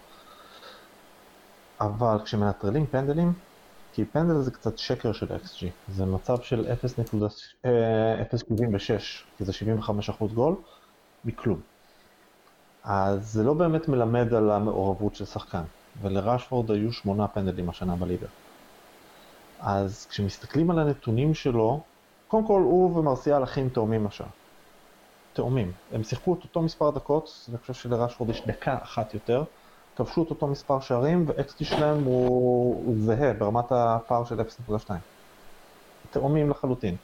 Speaker 2: אבל כשמנטרלים פנדלים, כי פנדל זה קצת שקר של אקס ג'י, זה מצב של אפס נקודה שבעים ושש, כי זה שבעים וחמישה אחוז גול, מכלום. אז זה לא באמת מלמד על המעורבות של שחקן, ולרשפורד היו שמונה פנדלים השנה בליגה. אז כשמסתכלים על הנתונים שלו, קודם כל הוא ומרסיאל אחים תאומים השעה. תאומים. הם שיחקו את אותו מספר דקות, אני חושב שלרשפורד יש דקה אחת יותר, כבשו את אותו מספר שערים, ו-אקס ג'י שלהם הוא, הוא זהה ברמת הפער של אפס נקודה שתיים. תאומים לחלוטין.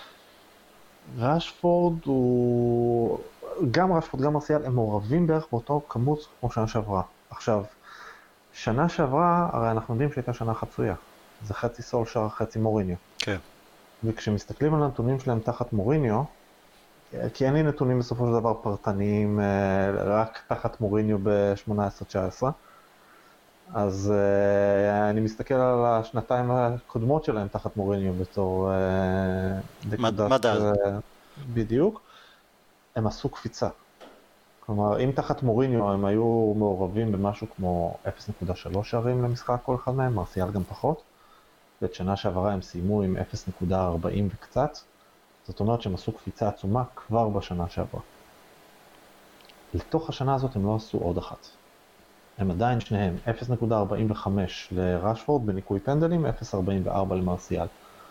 Speaker 2: רשפורד הוא... גם רשפורד, גם מרסיאל, הם מעורבים בערך באותו כמות כמו שנה שעברה. עכשיו, שנה שעברה, הרי אנחנו יודעים שהייתה שנה חצויה. זה חצי סולשר, חצי מוריניו. כן. וכשמסתכלים על הנתונים שלהם תחת מוריניו, כי אין לי נתונים בסופו של דבר פרטניים רק תחת מוריניו ב-שמונה עשרה תשע עשרה, אז uh, אני מסתכל על השנתיים הקודמות שלהם תחת מוריניו בתור uh,
Speaker 1: מדד.
Speaker 2: Uh, בדיוק, הם עשו קפיצה. כלומר, אם תחת מוריניו הם היו מעורבים במשהו כמו אפס נקודה שלוש שערים למשחק כל אחד מהם, מרסיאל גם פחות, ואת שנה שעברה הם סיימו עם אפס נקודה ארבעים וקצת, זאת אומרת שהם עשו קפיצה עצומה כבר בשנה שעברה. לתוך השנה הזאת הם לא עשו עוד אחת. הם עדיין שניהם, אפס נקודה ארבעים וחמש לרשפורד בניקוי פנדלים, אפס נקודה ארבעים וארבע למרסיאל.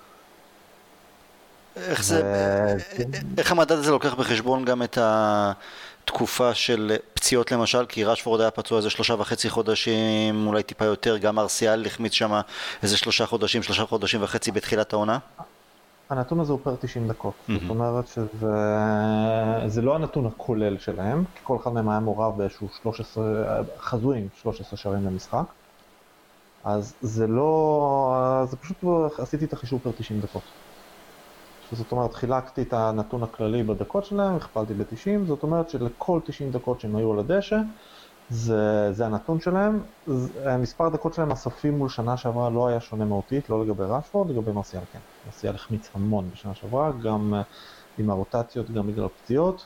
Speaker 1: איך זה, איך המדד הזה לוקח בחשבון גם את התקופה של פציעות למשל, כי רשפורד היה פצוע איזה שלושה וחצי חודשים, אולי טיפה יותר, גם מרסיאל החמיץ שם איזה שלושה חודשים, שלושה חודשים וחצי בתחילת העונה?
Speaker 2: הנתון הזה הוא פר תשעים דקות, זאת אומרת שזה לא הנתון הכולל שלהם, כי כל אחד מהם היה מעורב באיזשהו שלוש עשרה, חזויים שלוש עשרה שערים למשחק, אז זה לא, זה פשוט עשיתי את החישוב פר תשעים דקות. זאת אומרת, חילקתי את הנתון הכללי בדקות שלהם, הכפלתי ב-תשעים, זאת אומרת שלכל תשעים דקות שהם היו על הדשא, זה, זה הנתון שלהם. מספר הדקות שלהם הסופים מול שנה שעברה לא היה שונה מהותית, לא לגבי רשפורד, לגבי מרסיאל כן. מרסיאל החמיץ המון בשנה שעברה, גם עם הרוטציות, גם בגלל הפציעות.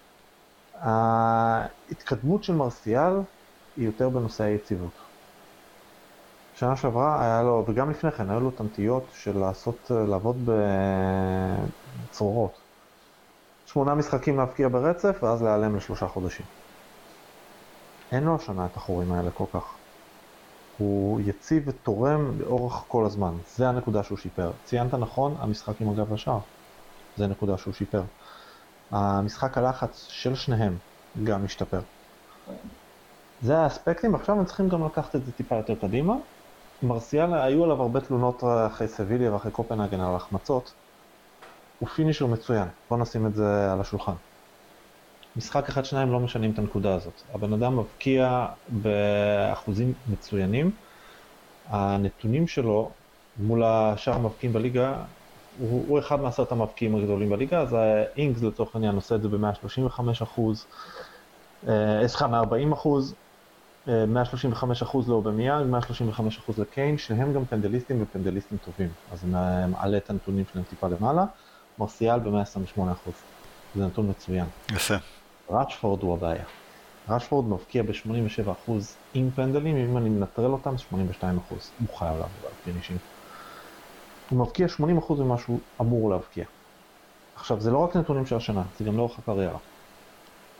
Speaker 2: ההתקדמות של מרסיאל היא יותר בנושא היציבות. שנה שעברה היה לו, וגם לפני כן, היו לו תנטיות של לעשות, לעבוד בצרורות. שמונה משחקים להפקיע ברצף, ואז להיעלם לשלושה חודשים. אין לו השנה את החורים האלה כל כך. הוא יציב ותורם לאורך כל הזמן. זה הנקודה שהוא שיפר. ציינת נכון, המשחק עם הגב לשער. זה הנקודה שהוא שיפר. המשחק הלחץ של שניהם גם משתפר. זה האספקטים, ועכשיו הם צריכים גם לקחת את זה טיפה יותר קדימה. מרסיאל, היו עליו הרבה תלונות אחרי סביליה ואחרי קופנהגן על החמצות. הוא פינישר מצוין, בוא נשים את זה על השולחן. משחק אחד שניים לא משנים את הנקודה הזאת. הבן אדם מבקיע באחוזים מצוינים. הנתונים שלו מול השאר המבקיעים בליגה, הוא, הוא אחד מעשרת המבקיעים הגדולים בליגה, אז אינגס לצורך העניין עושה את זה ב-מאה שלושים וחמישה אחוז, סליחה, מאה וארבעים אחוז, מאה שלושים וחמישה אחוז לאובמיאנג, מאה שלושים וחמישה אחוז לקיין, שניהם גם פנדליסטים ופנדליסטים טובים. אז אני מעלה את הנתונים שלהם טיפה למעלה. מרסיאל ב-מאה עשרים ושמונה אחוז. זה נתון מצוין.
Speaker 1: יפה.
Speaker 2: רשפורד הוא הבעיה. רשפורד מבקיע ב-שמונים ושבעה אחוז עם פנדלים, אם אני מנטרל אותם, שמונים ושתיים אחוז. הוא חייב לעבוד על פינישים. הוא מבקיע שמונים אחוז ממה שהוא אמור להבקיע. עכשיו, זה לא רק נתונים של השנה, זה גם לאורך הקריירה.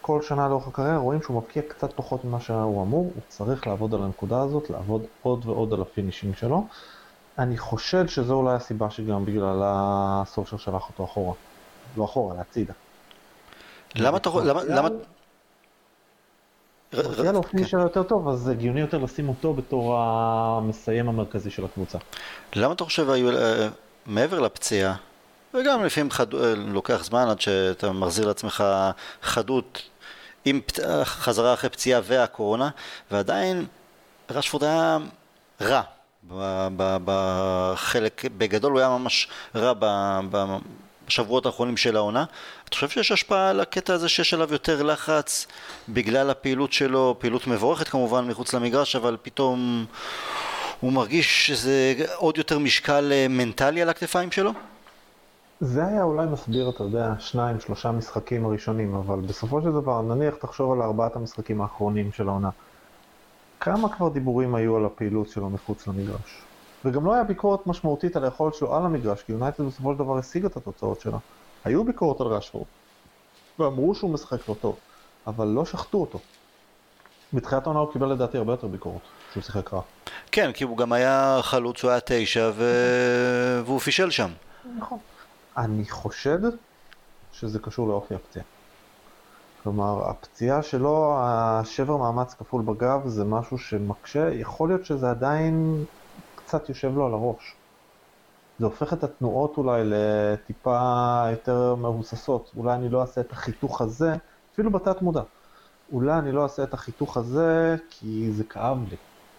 Speaker 2: כל שנה לאורך הקריירה רואים שהוא מבקיע קצת פחות ממה שהוא אמור, הוא צריך לעבוד על הנקודה הזאת, לעבוד עוד ועוד על הפינישינג שלו. אני חושד שזו אולי הסיבה שגם בגלל הסולשר שלח אותו אחורה. לא אחורה, להצידה.
Speaker 1: למה אתה... למה...
Speaker 2: מרתיאל לו פיניש שלו יותר טוב, אז זה הגיוני יותר לשים אותו בתור המסיים המרכזי של הקבוצה.
Speaker 1: למה אתה חושב, מעבר לפציעה, וגם לפעמים לוקח זמן עד שאתה מחזיר לעצמך חדות עם חזרה אחרי פציעה והקורונה, ועדיין רשפורד היה רע בחלק, בגדול הוא היה ממש רע בשבועות האחרונים של העונה. אתה חושב שיש השפעה על הקטע הזה שיש עליו יותר לחץ בגלל הפעילות שלו, פעילות מבורכת כמובן מחוץ למגרש, אבל פתאום הוא מרגיש שזה עוד יותר משקל מנטלי על הכתפיים שלו?
Speaker 2: זה היה אולי מסביר, אתה יודע, שניים, שלושה משחקים הראשונים, אבל בסופו של דבר, נניח תחשוב על ארבעת המשחקים האחרונים של העונה. כמה כבר דיבורים היו על הפעילות שלו מחוץ למגרש? וגם לא היה ביקורת משמעותית על היכולת שלו על המגרש, כי יונייטד בסופו של דבר השיג את התוצאות שלה. היו ביקורת על רשפורד, ואמרו שהוא משחק לא טוב, אבל לא שחטו אותו. בתחילת העונה הוא קיבל לדעתי הרבה יותר ביקורת, שהוא שיחק רע.
Speaker 1: כן, כי הוא גם היה חלוץ, הוא היה תשע, ו... והוא פישל שם.
Speaker 2: נכון. אני חושד שזה קשור לאופי הפציעה. כלומר, הפציעה שלו, השבר מאמץ כפול בגב, זה משהו שמקשה, יכול להיות שזה עדיין קצת יושב לו על הראש. זה הופך את התנועות אולי לטיפה יותר מבוססות. אולי אני לא אעשה את החיתוך הזה, אפילו בתת מודע. אולי אני לא אעשה את החיתוך הזה כי זה כאב לי.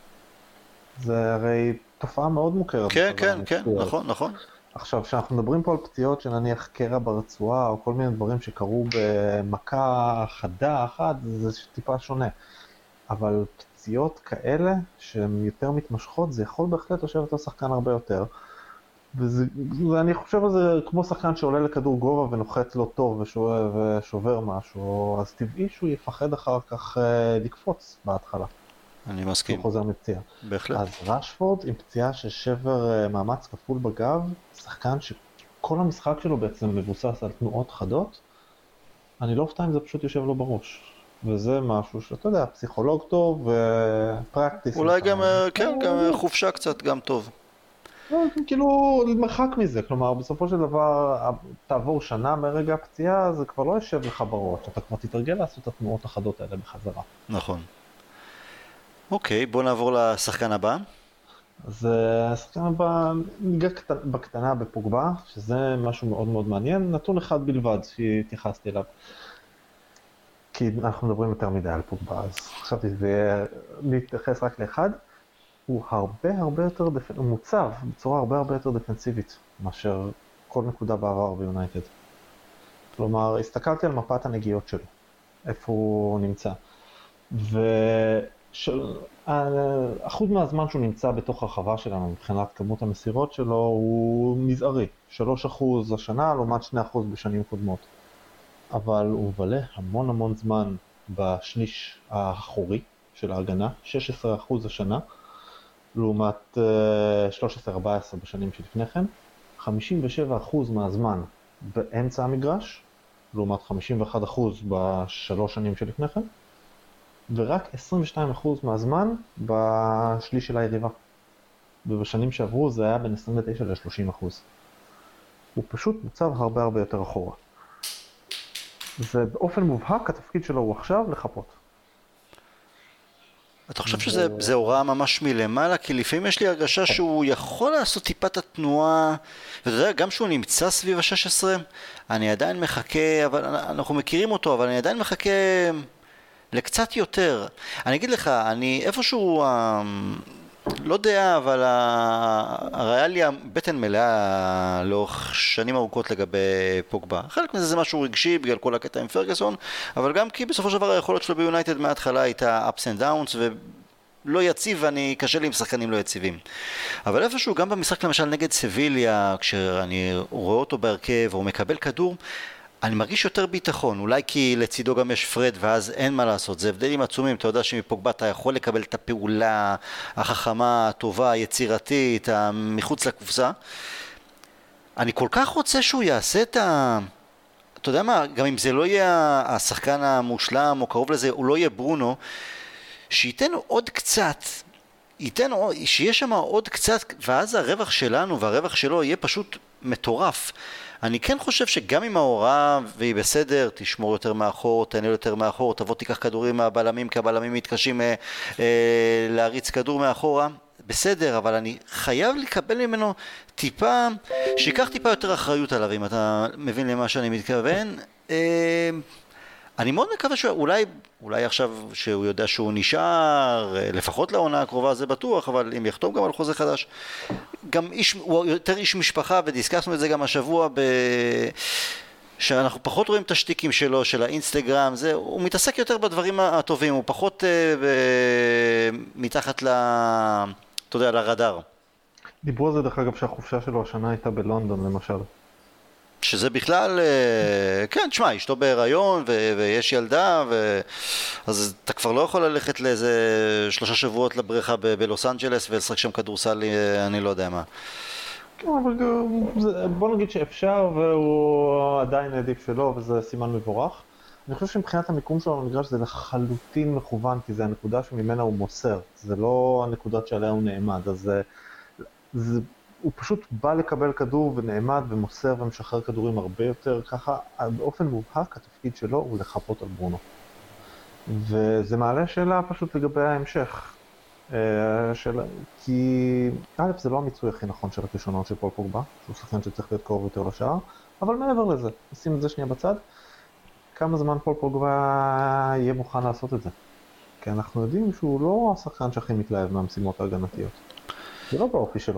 Speaker 2: זה הרי תופעה מאוד מוכרת.
Speaker 1: כן, כן, כן, נכון, נכון.
Speaker 2: עכשיו, כשאנחנו מדברים פה על פציעות שנניח קרע ברצועה, או כל מיני דברים שקרו במכה חדה אחת, זה טיפה שונה. אבל פציעות כאלה, שהן יותר מתמשכות, זה יכול בהחלט לשבת על שחקן הרבה יותר. וזה, ואני חושב על זה כמו שחקן שעולה לכדור גובה ונוחת לא טוב ושובר, ושובר משהו, אז טבעי שהוא יפחד אחר כך לקפוץ בהתחלה.
Speaker 1: אני מסכים.
Speaker 2: הוא חוזר מפציעה.
Speaker 1: בהחלט.
Speaker 2: אז רשפורד עם פציעה של שבר מאמץ כפול בגב, שחקן שכל המשחק שלו בעצם מבוסס על תנועות חדות, אני לא אופתע אם זה פשוט יושב לו בראש. וזה משהו שאתה יודע, פסיכולוג טוב ופרקטיס.
Speaker 1: אולי גם, כן, גם חופשה קצת, גם טוב.
Speaker 2: כאילו, מרחק מזה, כלומר, בסופו של דבר, תעבור שנה מרגע הפציעה, זה כבר לא יושב לך בראש, אתה כבר תתרגל לעשות את התנועות החדות האלה בחזרה.
Speaker 1: נכון. אוקיי, בוא נעבור לשחקן הבא.
Speaker 2: אז השחקן הבא ניגע בקטנה בפוגבה, שזה משהו מאוד מאוד מעניין, נתון אחד בלבד שהתייחסתי אליו. כי אנחנו מדברים יותר מדי על פוגבה, אז חשבתי להתייחס רק לאחד. הוא הרבה הרבה יותר, דפ... הוא מוצב בצורה הרבה הרבה יותר דפנסיבית מאשר כל נקודה בעבר ביונייטד. כלומר, הסתכלתי על מפת הנגיעות שלו, איפה הוא נמצא. ואחוז מהזמן שהוא נמצא בתוך הרחבה שלנו, מבחינת כמות המסירות שלו, הוא מזערי. שלושה אחוז השנה, לעומת שני אחוז בשנים קודמות. אבל הוא מבלה המון המון זמן בשליש האחורי של ההגנה, שש עשרה אחוז השנה, לעומת שלוש עשרה ארבע עשרה בשנים שלפני כן, חמישים ושבעה אחוז מהזמן באמצע המגרש, לעומת חמישים ואחד אחוז בשלוש שנים שלפני כן, ורק עשרים ושניים אחוז מהזמן בשליש של היריבה. ובשנים שעברו זה היה בין עשרים ותשע ל-שלושים אחוז. הוא פשוט מוצב הרבה הרבה יותר אחורה. ובאופן מובהק התפקיד שלו הוא עכשיו לחפות.
Speaker 1: אתה חושב שזה הוראה ממש מלמעלה? כי לפעמים יש לי הרגשה שהוא יכול לעשות טיפת התנועה, ואתה יודע, גם שהוא נמצא סביב ה-שש עשרה, אני עדיין מחכה, אבל אנחנו מכירים אותו, אבל אני עדיין מחכה לקצת יותר. אני אגיד לך, אני איפשהו, לא יודע, אבל היה לי בטן מלאה לאורך שנים ארוכות לגבי פוגבה. חלק מזה זה משהו רגשי בגלל כל הקטע עם פרגוסון, אבל גם כי בסופו של דבר היכולת שלו ביונייטד מההתחלה הייתה ups and downs ולא יציב, ואני קשה לי עם שחקנים לא יציבים. אבל איפשהו גם במשחק למשל נגד סביליה, כשאני רואה אותו בהרכב או מקבל כדור, אני מרגיש יותר ביטחון, אולי כי לצידו גם יש פרד ואז אין מה לעשות, זה הבדלים עצומים, אתה יודע שמפוגבה אתה יכול לקבל את הפעולה החכמה, הטובה, היצירתית, מחוץ לקופסה. אני כל כך רוצה שהוא יעשה את ה... אתה יודע מה, גם אם זה לא יהיה השחקן המושלם או קרוב לזה, הוא לא יהיה ברונו, שייתן עוד קצת, ייתן, שיהיה שם עוד קצת, ואז הרווח שלנו והרווח שלו יהיה פשוט מטורף. אני כן חושב שגם עם ההוראה, והיא בסדר, תשמור יותר מאחור, תענה יותר מאחור, תבוא תיקח כדורים מהבלמים, כי הבלמים מתקשים אה, אה, להריץ כדור מאחורה, בסדר, אבל אני חייב לקבל ממנו טיפה, שיקח טיפה יותר אחריות עליו, אם אתה מבין למה שאני מתכוון. אה, אני מאוד מקווה שאולי, אולי עכשיו שהוא יודע שהוא נשאר, לפחות לעונה הקרובה זה בטוח, אבל אם יחתום גם על חוזה חדש, גם איש, הוא יותר איש משפחה, ודיסקסנו את זה גם השבוע, ב... שאנחנו פחות רואים את השטיקים שלו, של האינסטגרם, זה, הוא מתעסק יותר בדברים הטובים, הוא פחות uh, ב... מתחת ל... אתה יודע, לרדאר.
Speaker 2: דיברו על זה דרך אגב שהחופשה שלו השנה הייתה בלונדון למשל.
Speaker 1: שזה בכלל, כן, תשמע, אשתו בהיריון ו- ויש ילדה, ו- אז אתה כבר לא יכול ללכת לאיזה שלושה שבועות לבריכה ב- בלוס אנג'לס ולשחק שם כדורסל, אני לא יודע מה.
Speaker 2: כן, אבל בוא נגיד שאפשר, והוא עדיין העדיף שלו, וזה סימן מבורך. אני חושב שמבחינת המיקום שלו במגרש זה לחלוטין מכוון, כי זה הנקודה שממנה הוא מוסר, זה לא הנקודות שעליה הוא נעמד, אז זה... זה הוא פשוט בא לקבל כדור ונעמד ומוסר ומשחרר כדורים הרבה יותר, ככה באופן מובהק התפקיד שלו הוא לחפות על ברונו. וזה מעלה שאלה פשוט לגבי ההמשך. של... כי א' זה לא המיצוי הכי נכון של הכישרונות של פול פוגבה, שהוא שחקן שצריך להיות קרוב יותר לשער, אבל מעבר לזה, נשים את זה שנייה בצד, כמה זמן פול פוגבה יהיה מוכן לעשות את זה. כי אנחנו יודעים שהוא לא השחקן שהכי מתלהב מהמשימות ההגנתיות. זה לא באופי שלו.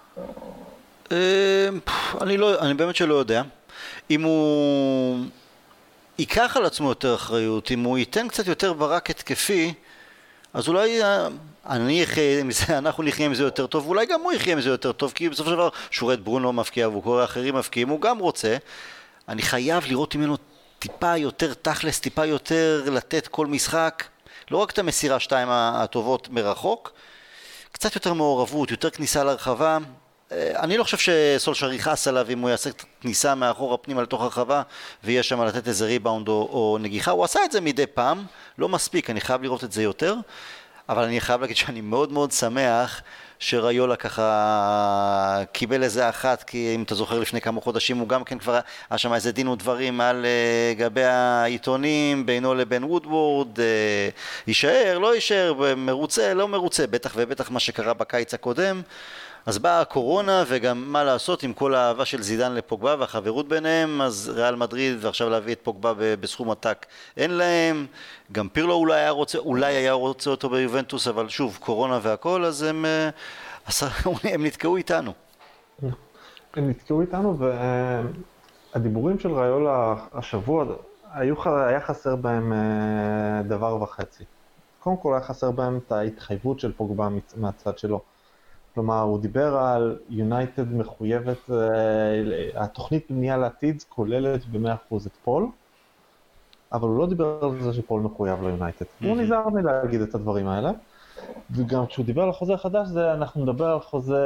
Speaker 1: אני לא, אני באמת שלא יודע. אם הוא ייקח על עצמו יותר אחריות, אם הוא ייתן קצת יותר ברק התקפי, אז אולי אני אחיה עם זה, אנחנו נחיה עם זה יותר טוב, ואולי גם הוא יחיה עם זה יותר טוב, כי בסופו של דבר שהוא רואה את ברונו מפקיע והוא קורא אחרים מפקיעים, הוא גם רוצה. אני חייב לראות ממנו טיפה יותר תכלס, טיפה יותר לתת כל משחק, לא רק את המסירה שתיים הטובות מרחוק, קצת יותר מעורבות, יותר כניסה לרחבה. אני לא חושב שסולשר יכעס עליו אם הוא יעשה כניסה מאחור הפנימה לתוך הרחבה ויש שם לתת איזה ריבאונד או, או נגיחה. הוא עשה את זה מדי פעם, לא מספיק, אני חייב לראות את זה יותר, אבל אני חייב להגיד שאני מאוד מאוד שמח שריולה ככה קיבל איזה אחת, כי אם אתה זוכר לפני כמה חודשים הוא גם כן כבר היה שם איזה דין ודברים על גבי העיתונים בינו לבין וודוורד, יישאר, לא יישאר, מרוצה, לא מרוצה, בטח ובטח מה שקרה בקיץ הקודם. אז באה הקורונה, וגם מה לעשות עם כל האהבה של זידן לפוגבה והחברות ביניהם, אז ריאל מדריד ועכשיו להביא את פוגבה בסכום עתק אין להם, גם פירלו אולי היה רוצה, אולי היה רוצה אותו ביובנטוס, אבל שוב, קורונה והכל, אז הם, הם נתקעו איתנו.
Speaker 2: הם נתקעו איתנו, והדיבורים של ריולה השבוע, היה חסר בהם דבר וחצי. קודם כל היה חסר בהם את ההתחייבות של פוגבה מהצד שלו. כלומר, הוא דיבר על יונייטד מחויבת, התוכנית בנייה לעתיד כוללת ב-מאה אחוז את פול, אבל הוא לא דיבר על זה שפול מחויב ליונייטד. Mm-hmm. הוא נזהר מלהגיד את הדברים האלה, וגם כשהוא דיבר על החוזה החדש, זה, אנחנו נדבר על חוזה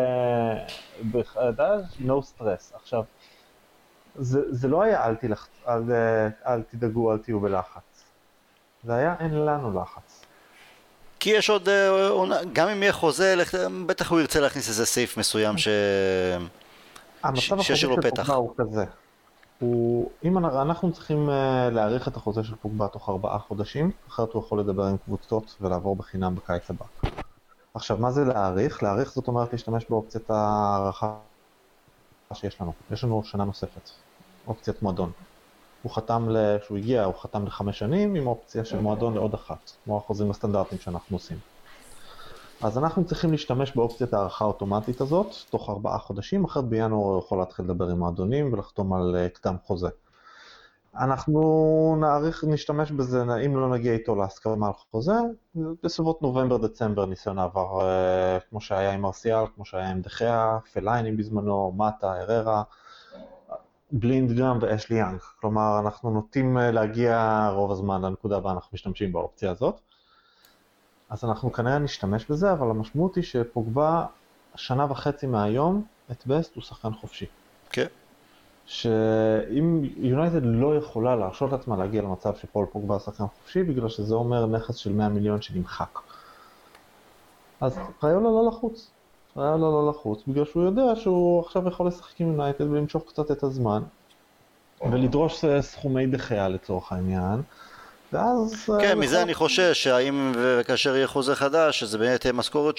Speaker 2: בחדש, no stress. עכשיו, זה, זה לא היה אל, תלח, אל, אל תדאגו, אל תהיו בלחץ. זה היה אין לנו לחץ.
Speaker 1: כי יש עוד, גם אם יהיה חוזה, בטח הוא ירצה להכניס איזה סעיף מסוים ש...
Speaker 2: המצב החוזה של פוגבה הוא כזה. הוא, אם אנחנו צריכים להאריך את החוזה של פוגבה תוך ארבעה חודשים, אחרת הוא יכול לדבר עם קבוצות ולעבור בחינם בקיץ הבא. עכשיו, מה זה להאריך? להאריך זאת אומרת להשתמש באופציית הערכה שיש לנו. יש לנו שנה נוספת, אופציית מועדון. הוא חתם, כשהוא הגיע, הוא חתם לחמש שנים עם אופציה של מועדון לעוד אחת, כמו החוזים הסטנדרטיים שאנחנו עושים. אז אנחנו צריכים להשתמש באופציית הערכה האוטומטית הזאת, תוך ארבעה חודשים, אחרת בינואר הוא יכול להתחיל לדבר עם מועדונים ולחתום על קדם חוזה. אנחנו נעריך, נשתמש בזה, אם לא נגיע איתו להסכמה על חוזה, בסביבות נובמבר-דצמבר ניסיון העבר, כמו שהיה עם מרסיאל, כמו שהיה עם דחיה, פליינים בזמנו, מטה, הררה, בלינד גם ואשלי יאנג, כלומר אנחנו נוטים להגיע רוב הזמן לנקודה בה אנחנו משתמשים באופציה הזאת, אז אנחנו כנראה נשתמש בזה, אבל המשמעות היא שפוגבה שנה וחצי מהיום, את בסט הוא שחקן חופשי.
Speaker 1: כן.
Speaker 2: שאם יונייטד לא יכולה להרשות לעצמה להגיע למצב שפול פוגבה שחקן חופשי, בגלל שזה אומר נכס של מאה מיליון שנמחק. אז ראיולה לא לחוץ. ראיולה לא לחוץ, בגלל שהוא יודע שהוא עכשיו יכול לשחק עם יונייטד ולמשוך קצת את הזמן, ולדרוש סכומי דחייה לצורך העניין. ואז...
Speaker 1: כן, מזה אני חושש, שהאם וכאשר יהיה חוזה חדש, שזה באמת תהיה משכורת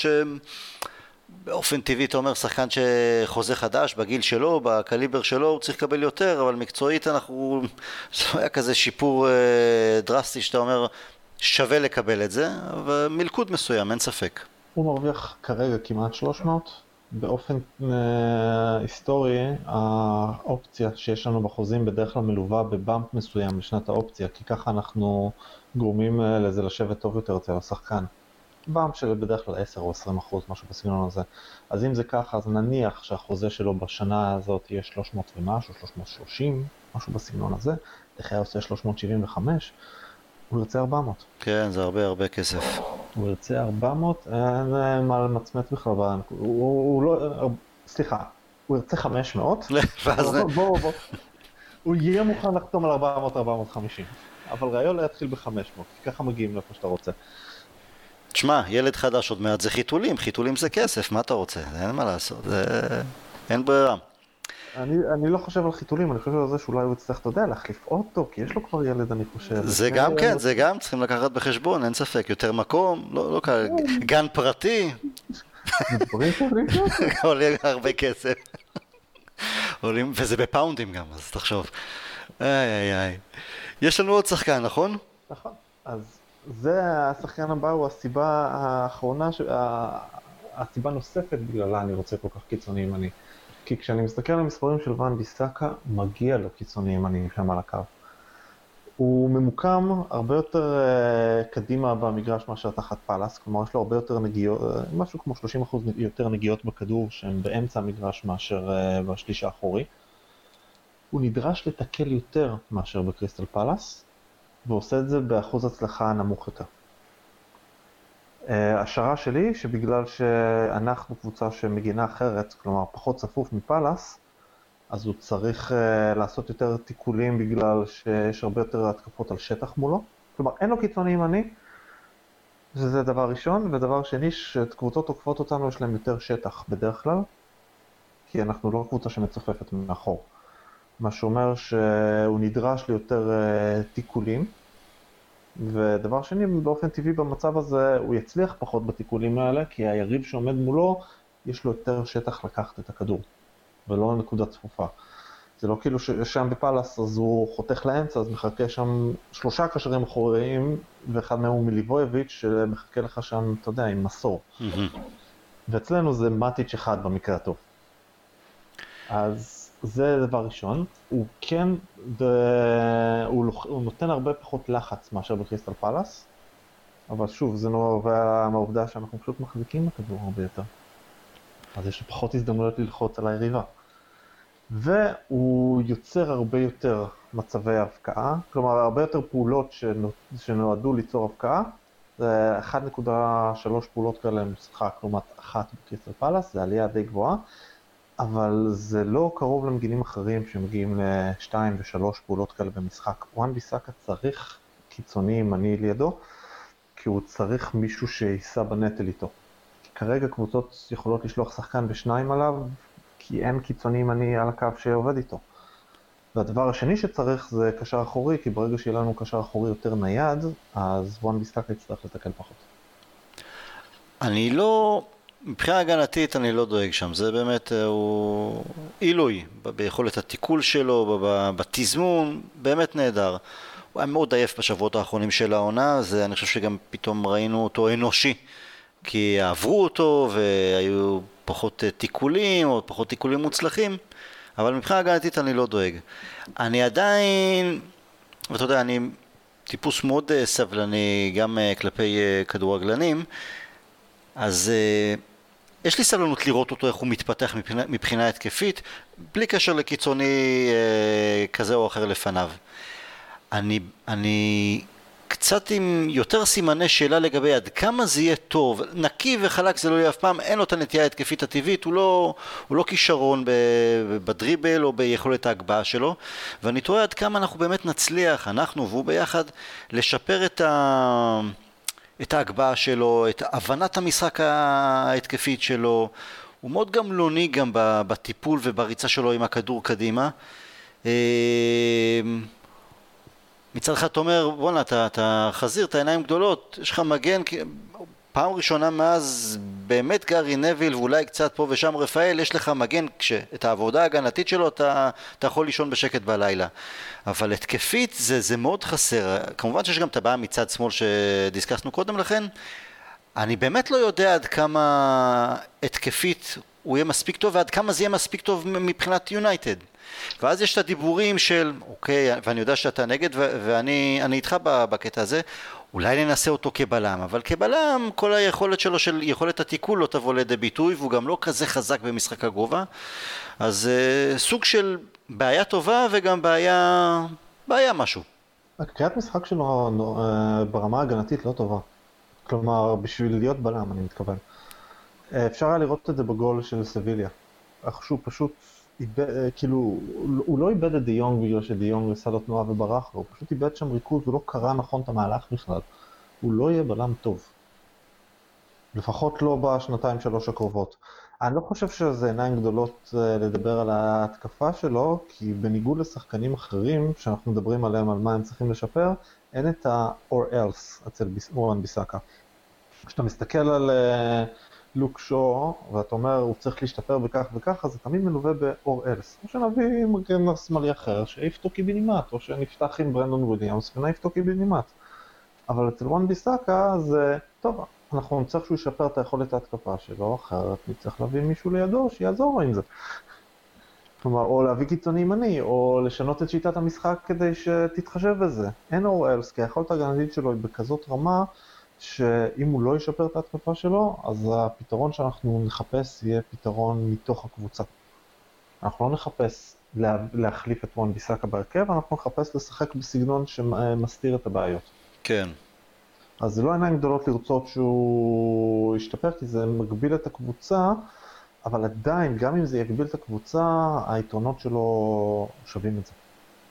Speaker 1: שבאופן טבעי אתה אומר שחקן שחוזה חדש, בגיל שלו, בקליבר שלו, הוא צריך לקבל יותר, אבל מקצועית אנחנו... זה לא היה כזה שיפור דרסטי שאתה אומר שווה לקבל את זה, אבל מלכוד מסוים, אין ספק.
Speaker 2: הוא מרוויח כרגע כמעט שלוש מאות. באופן אה, היסטורי, האופציה שיש לנו בחוזים בדרך כלל מלווה בבאמפ מסוים לשנת האופציה, כי ככה אנחנו גורמים אה, לזה לשבת טוב יותר אצל השחקן. באמפ של בדרך כלל עשר או עשרים אחוז, משהו בסגנון הזה. אז אם זה ככה, אז נניח שהחוזה שלו בשנה הזאת יהיה שלוש מאות ומשהו, שלוש מאות ושלושים, משהו בסגנון הזה, דחייה עושה שלוש מאות שבעים וחמש, הוא ירצה ארבע מאות.
Speaker 1: כן, זה הרבה הרבה כסף.
Speaker 2: הוא ירצה ארבע מאות, אין מה למצמץ בכלל, הוא, הוא לא, סליחה, הוא ירצה חמש מאות, בוא, בוא, בוא. הוא יהיה מוכן לחתום על ארבע מאות ארבע מאות וחמישים, אבל ראיולה יתחיל ב-חמש מאות, כי ככה מגיעים לאיפה שאתה רוצה.
Speaker 1: תשמע, ילד חדש עוד מעט זה חיתולים, חיתולים זה כסף, מה אתה רוצה? אין מה לעשות, זה... אין ברירה.
Speaker 2: אני, אני לא חושב על חיתולים, אני חושב על זה שאולי הוא יצטרך, אתה יודע, להחליף אוטו, כי יש לו כבר ילד, אני חושב.
Speaker 1: זה גם כן, זה גם צריכים לקחת בחשבון, אין ספק, יותר מקום, לא, לא כאלה, גן פרטי.
Speaker 2: דברים שעולים כסף.
Speaker 1: עולים הרבה כסף. עולים, וזה בפאונדים גם, אז תחשוב. איי איי איי. יש לנו עוד שחקן, נכון?
Speaker 2: נכון, אז זה השחקן הבא, הוא הסיבה האחרונה, הסיבה נוספת בגללה אני רוצה כל כך קיצוני ימני. כי כשאני מסתכל על המספרים של ואן ביסאקה, מגיע לו קיצוני ימני שם על הקו. הוא ממוקם הרבה יותר uh, קדימה במגרש מאשר תחת פלס, כלומר יש לו הרבה יותר נגיעות, uh, משהו כמו שלושים אחוז יותר נגיעות בכדור שהן באמצע המגרש מאשר uh, בשליש האחורי. הוא נדרש לתקל יותר מאשר בקריסטל פלס, ועושה את זה באחוז הצלחה נמוך יותר. השערה שלי שבגלל שאנחנו קבוצה שמגינה אחרת, כלומר פחות צפוף מפלס, אז הוא צריך uh, לעשות יותר תיקולים בגלל שיש הרבה יותר התקפות על שטח מולו. כלומר אין לו קיצוני ימני, שזה דבר ראשון, ודבר שני שקבוצות תוקפות אותנו יש להם יותר שטח בדרך כלל, כי אנחנו לא קבוצה שמצופפת מאחור. מה שאומר שהוא נדרש ליותר uh, תיקולים, ודבר שני, באופן טבעי במצב הזה הוא יצליח פחות בתיקולים האלה, כי היריב שעומד מולו יש לו יותר שטח לקחת את הכדור, ולא נקודה צפופה. זה לא כאילו ששם בפלס אז הוא חותך לאמצע, אז מחכה שם שלושה קשרים אחוריים, ואחד מהם הוא מיליבויביץ' שמחכה לך שם, אתה יודע, עם מסור. ואצלנו זה מטיץ' אחד במקרה הטוב. אז זה דבר ראשון. הוא כן, ד... הוא, הוא נותן הרבה פחות לחץ מאשר בקריסטל פלס, אבל שוב, זה נובע מהעובדה שאנחנו פשוט מחזיקים הכדור הרבה יותר. אז יש פחות הזדמנויות ללחוץ על היריבה. והוא יוצר הרבה יותר מצבי הבקעה, כלומר הרבה יותר פעולות שנועדו ליצור הבקעה. זה אחת נקודה שלוש פעולות כאלה למשחק, לעומת אחת בקריסטל פלס, זה עלייה די גבוהה, אבל זה לא קרוב למגינים אחרים שמגיעים לשתיים ושלוש פעולות כאלה במשחק. ואן ביסאקה צריך קיצוני ימני לידו, כי הוא צריך מישהו שיסע בנטל איתו. כי כרגע קבוצות יכולות לשלוח שחקן ושניים עליו, כי אין קיצוני ימני על הקו שעובד איתו. והדבר השני שצריך זה קשר אחורי, כי ברגע שיהיה לנו קשר אחורי יותר נייד, אז ואן ביסאקה יצטרך לתקל פחות.
Speaker 1: אני לא... מבחינה הגנתית אני לא דואג שם, זה באמת הוא עילוי ביכולת התיקול שלו, בתזמון, באמת נהדר. הוא היה מאוד עייף בשבועות האחרונים של העונה, זה אני חושב שגם פתאום ראינו אותו אנושי, כי עברו אותו והיו פחות תיקולים או פחות תיקולים מוצלחים, אבל מבחינה הגנתית אני לא דואג. אני עדיין, ואתה יודע, אני טיפוס מאוד סבלני גם כלפי כדורגלנים, אז uh, יש לי סבלנות לראות אותו איך הוא מתפתח מבחינה, מבחינה התקפית, בלי קשר לקיצוני uh, כזה או אחר לפניו. אני, אני קצת עם יותר סימני שאלה לגבי עד כמה זה יהיה טוב. נקי וחלק זה לא יהיה אף פעם, אין לו את הנטייה התקפית הטבעית, הוא לא, הוא לא כישרון בדריבל או ביכולת ההגבהה שלו, ואני תוהה עד כמה אנחנו באמת נצליח, אנחנו והוא ביחד, לשפר את ה... את ההגבהה שלו, את הבנת המשחק ההתקפית שלו. הוא מאוד גמלוני גם בטיפול ובריצה שלו עם הכדור קדימה. מצד אחד אתה אומר, בוא'נה, אתה, אתה חזיר, את העיניים גדולות, יש לך מגן, פעם ראשונה מאז באמת גארי נביל ואולי קצת פה ושם רפאל, יש לך מגן, כשאת העבודה ההגנתית שלו אתה, אתה יכול לישון בשקט בלילה. אבל התקפית זה, זה מאוד חסר. כמובן שיש גם את הבעיה מצד שמאל שדיסקסנו קודם לכן. אני באמת לא יודע עד כמה התקפית הוא יהיה מספיק טוב ועד כמה זה יהיה מספיק טוב מבחינת יונייטד. ואז יש את הדיבורים של, אוקיי, ואני יודע שאתה נגד ו- ואני אני איתך בקטע הזה, אולי ננסה אותו כבלם, אבל כבלם כל היכולת שלו, של יכולת התיקול לא תבוא לידי ביטוי, והוא גם לא כזה חזק במשחק הגובה, אז uh, סוג של בעיה טובה וגם בעיה, בעיה משהו.
Speaker 2: הקריאת משחק שלו uh, ברמה הגנתית לא טובה. כלומר, בשביל להיות בלם, אני מתכוון. Uh, אפשר היה לראות את זה בגול של סביליה. איך שהוא פשוט, איבד, uh, כאילו, הוא לא איבד את דיונג בגלל שדיונג עשה לו תנועה וברח לו, הוא פשוט איבד שם ריכוז, הוא לא קרא נכון את המהלך בכלל. הוא לא יהיה בלם טוב. לפחות לא בשנתיים שלוש הקרובות. אני לא חושב שזה עיניים גדולות לדבר על ההתקפה שלו, כי בניגוד לשחקנים אחרים, שאנחנו מדברים עליהם על מה הם צריכים לשפר, אין את ה-or else אצל וואן ביסאקה. כשאתה מסתכל על לוק שו, ואתה אומר, הוא צריך להשתפר בכך וכך, אז זה תמיד מלווה ב-or else. או שנביא מגן שמאלי אחר, שיעיף אותו קיבינימט, או שנפתח עם ברנדון וויליאמס, ונעיף אותו קיבינימט. אבל אצל וואן ביסאקה זה, טוב, אנחנו נצטרך שהוא ישפר את היכולת ההתקפה שלו, אחרת נצטרך להביא מישהו לידו שיעזור לו עם זה. כלומר, או להביא קיצוני ימני, או לשנות את שיטת המשחק כדי שתתחשב בזה. אין או אלס, כי היכולת הגנתית שלו היא בכזאת רמה, שאם הוא לא ישפר את ההתקפה שלו, אז הפתרון שאנחנו נחפש יהיה פתרון מתוך הקבוצה. אנחנו לא נחפש לה, להחליף את וואן ביסאקה בהרכב, אנחנו נחפש לשחק בסגנון שמסתיר את הבעיות.
Speaker 1: כן.
Speaker 2: אז זה לא עיניים גדולות לרצות שהוא ישתפר, כי זה מגביל את הקבוצה, אבל עדיין, גם אם זה יגביל את הקבוצה, היתרונות שלו שווים את זה.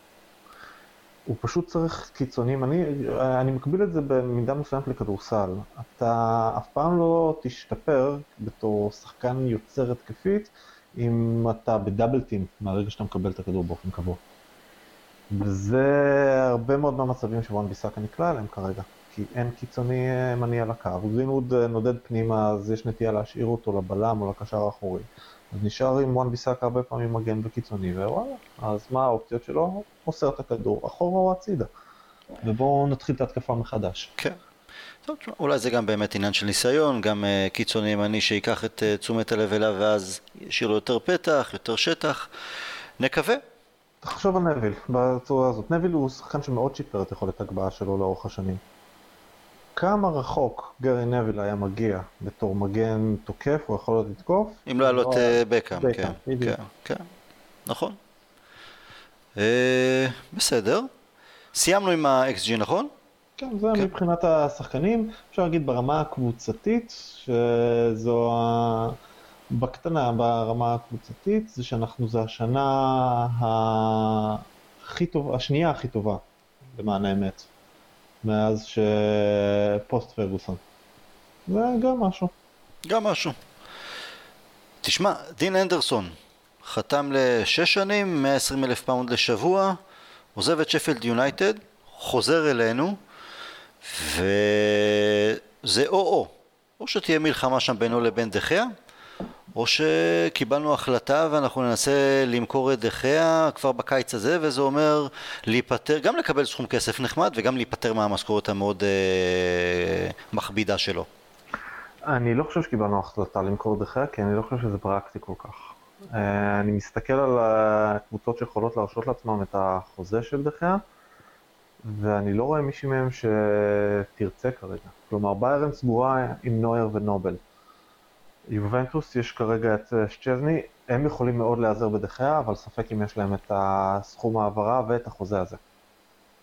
Speaker 2: הוא פשוט צריך קיצונים, אני, אני מקביל את זה במידה מסוימת לכדורסל. אתה אף פעם לא תשתפר בתור שחקן יוצר התקפית, אם אתה בדאבל טים, מהרגע שאתה מקבל את הכדור באופן קבוע. וזה הרבה מאוד מהמצבים שוואן ביסאקה נקלע עליהם כרגע. כי אין קיצוני מניע לקו. גרינווד נודד פנימה, אז יש נטייה להשאיר אותו לבלם או לקשר האחורי. אז נשאר עם וואן ביסאקה הרבה פעמים מגן וקיצוני, ווואלה, אז מה האופציות שלו? מוסר את הכדור, אחורה או הצידה. ובואו נתחיל את ההתקפה מחדש.
Speaker 1: כן. טוב, אולי זה גם באמת עניין של ניסיון, גם uh, קיצוני ימני שיקח את uh, תשומת הלב אליו, ואז ישאיר לו יותר פתח, יותר שטח. נקווה.
Speaker 2: תחשוב על נביל, בצורה הזאת. נביל הוא שחקן שמאוד שיפר את יכולת הגבהה שלו לאורך השנים. כמה רחוק גרי נביל היה מגיע בתור מגן תוקף, הוא יכול להיות לתקוף?
Speaker 1: אם לא היה לו את בקאם, כן, כן, כן, נכון. בסדר. סיימנו עם ה-אקס ג'י, נכון?
Speaker 2: כן, זה מבחינת השחקנים. אפשר להגיד ברמה הקבוצתית, שזו בקטנה ברמה הקבוצתית, זה שאנחנו, זה השנה הכי טובה, השנייה הכי טובה, למען האמת. מאז שפוסט פרגוסון. זה גם משהו.
Speaker 1: גם משהו. תשמע, דין אנדרסון חתם לשש שנים, מאה ועשרים אלף פאונד לשבוע, עוזב את שפילד יונייטד, חוזר אלינו, וזה או-או. או שתהיה מלחמה שם בינו לבין דחיה, או שקיבלנו החלטה ואנחנו ננסה למכור את דחיה כבר בקיץ הזה, וזה אומר להיפטר, גם לקבל סכום כסף נחמד וגם להיפטר מהמשכורת המאוד אה, מכבידה שלו.
Speaker 2: אני לא חושב שקיבלנו החלטה למכור דחיה, כי אני לא חושב שזה פרקטי כל כך. אה, אני מסתכל על הקבוצות שיכולות להרשות לעצמם את החוזה של דחיה, ואני לא רואה מישהי מהם שתרצה כרגע. כלומר, ביירן סגורה עם נויר ונובל. יובנטוס יש כרגע את שצ'זני, הם יכולים מאוד להיעזר בדחיה, אבל ספק אם יש להם את הסכום העברה ואת החוזה הזה.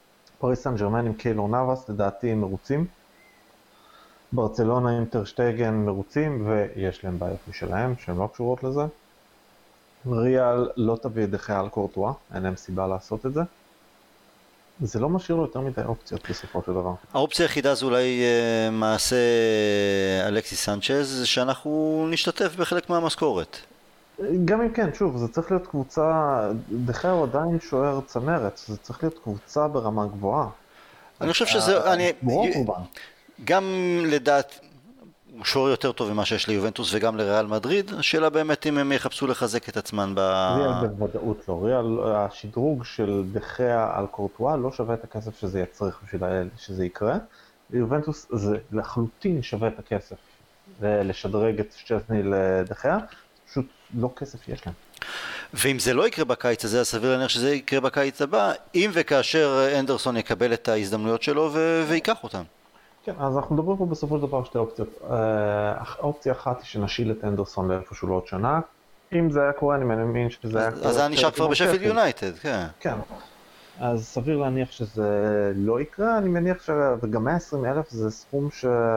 Speaker 2: פריס סן ז'רמן עם קיילור נאבס לדעתי הם מרוצים. ברצלונה עם טרשטגן מרוצים ויש להם בעיות משלהם שהן לא קשורות לזה. ריאל לא תביא דחיה על קורטואה, אין להם סיבה לעשות את זה. זה לא משאיר לו יותר מדי אופציות בסופו של דבר.
Speaker 1: האופציה היחידה זה אולי uh, מעשה אלכסיס סנצ'ז, שאנחנו נשתתף בחלק מהמשכורת.
Speaker 2: גם אם כן, שוב, זה צריך להיות קבוצה, דחיה הוא עדיין שוער צמרת, זה צריך להיות קבוצה ברמה גבוהה.
Speaker 1: אני חושב שזה, אני,
Speaker 2: גבוהה
Speaker 1: גם לדעת, שוער יותר טוב ממה שיש ליובנטוס וגם לריאל מדריד, השאלה באמת אם הם יחפשו לחזק את עצמן ב...
Speaker 2: ריאל בוודאות לא, ריאל, השדרוג של דחיה על קורטואה לא שווה את הכסף שזה יצריך בשביל שזה יקרה, ליובנטוס זה לחלוטין שווה את הכסף לשדרג את שצ'זני לדחיה, פשוט לא כסף יש להם.
Speaker 1: ואם זה לא יקרה בקיץ הזה, אז סביר להניח שזה יקרה בקיץ הבא, אם וכאשר אנדרסון יקבל את ההזדמנויות שלו ו... ויקח אותם.
Speaker 2: כן, אז אנחנו מדברים פה בסופו של דבר שתי אופציות. האופציה אחת היא שנשיל את אנדרסון לאיפשהו לעוד שנה. אם זה היה קורה, אני מאמין שזה היה קורה...
Speaker 1: אז זה נשאר כבר בשפילד יונייטד, כן.
Speaker 2: כן. אז סביר להניח שזה לא יקרה, אני מניח ש... וגם מאה ועשרים אלף זה סכום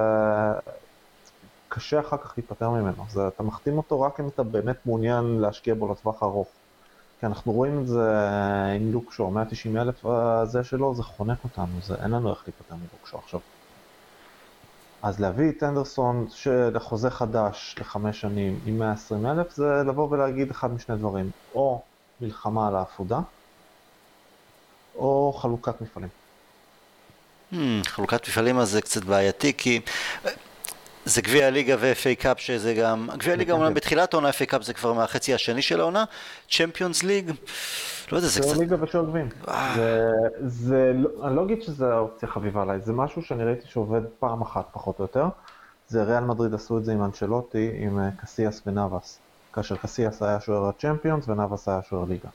Speaker 2: שקשה אחר כך להיפטר ממנו. זה, אתה מחתים אותו רק אם אתה באמת מעוניין להשקיע בו לטווח ארוך. כי אנחנו רואים את זה עם לוקשו, מאה ותשעים אלף הזה שלו, זה חונק אותנו, זה אין לנו איך להיפטר מלוקשו עכשיו. אז להביא את אנדרסון לחוזה חדש לחמש שנים עם מאה ועשרים אלף זה לבוא ולהגיד אחד משני דברים, או מלחמה על העפודה, או חלוקת מפעלים.
Speaker 1: Hmm, חלוקת מפעלים אז זה קצת בעייתי, כי זה גביע הליגה ו-אף איי קאפ שזה גם, גביע הליגה אומנם בתחילת העונה, אף איי קאפ זה כבר מהחצי השני של העונה, צ'מפיונס ליג, לא יודע, זה קצת...
Speaker 2: זה ליגה ושוער גביעים. זה, אני לא אגיד שזה האופציה חביבה עליי, זה משהו שאני ראיתי שעובד פעם אחת פחות או יותר, זה ריאל מדריד עשו את זה עם אנצ'לוטי, עם קסיאס ונאבס, כאשר קסיאס היה שוער הצ'מפיונס ונאבס היה שוער ליגה.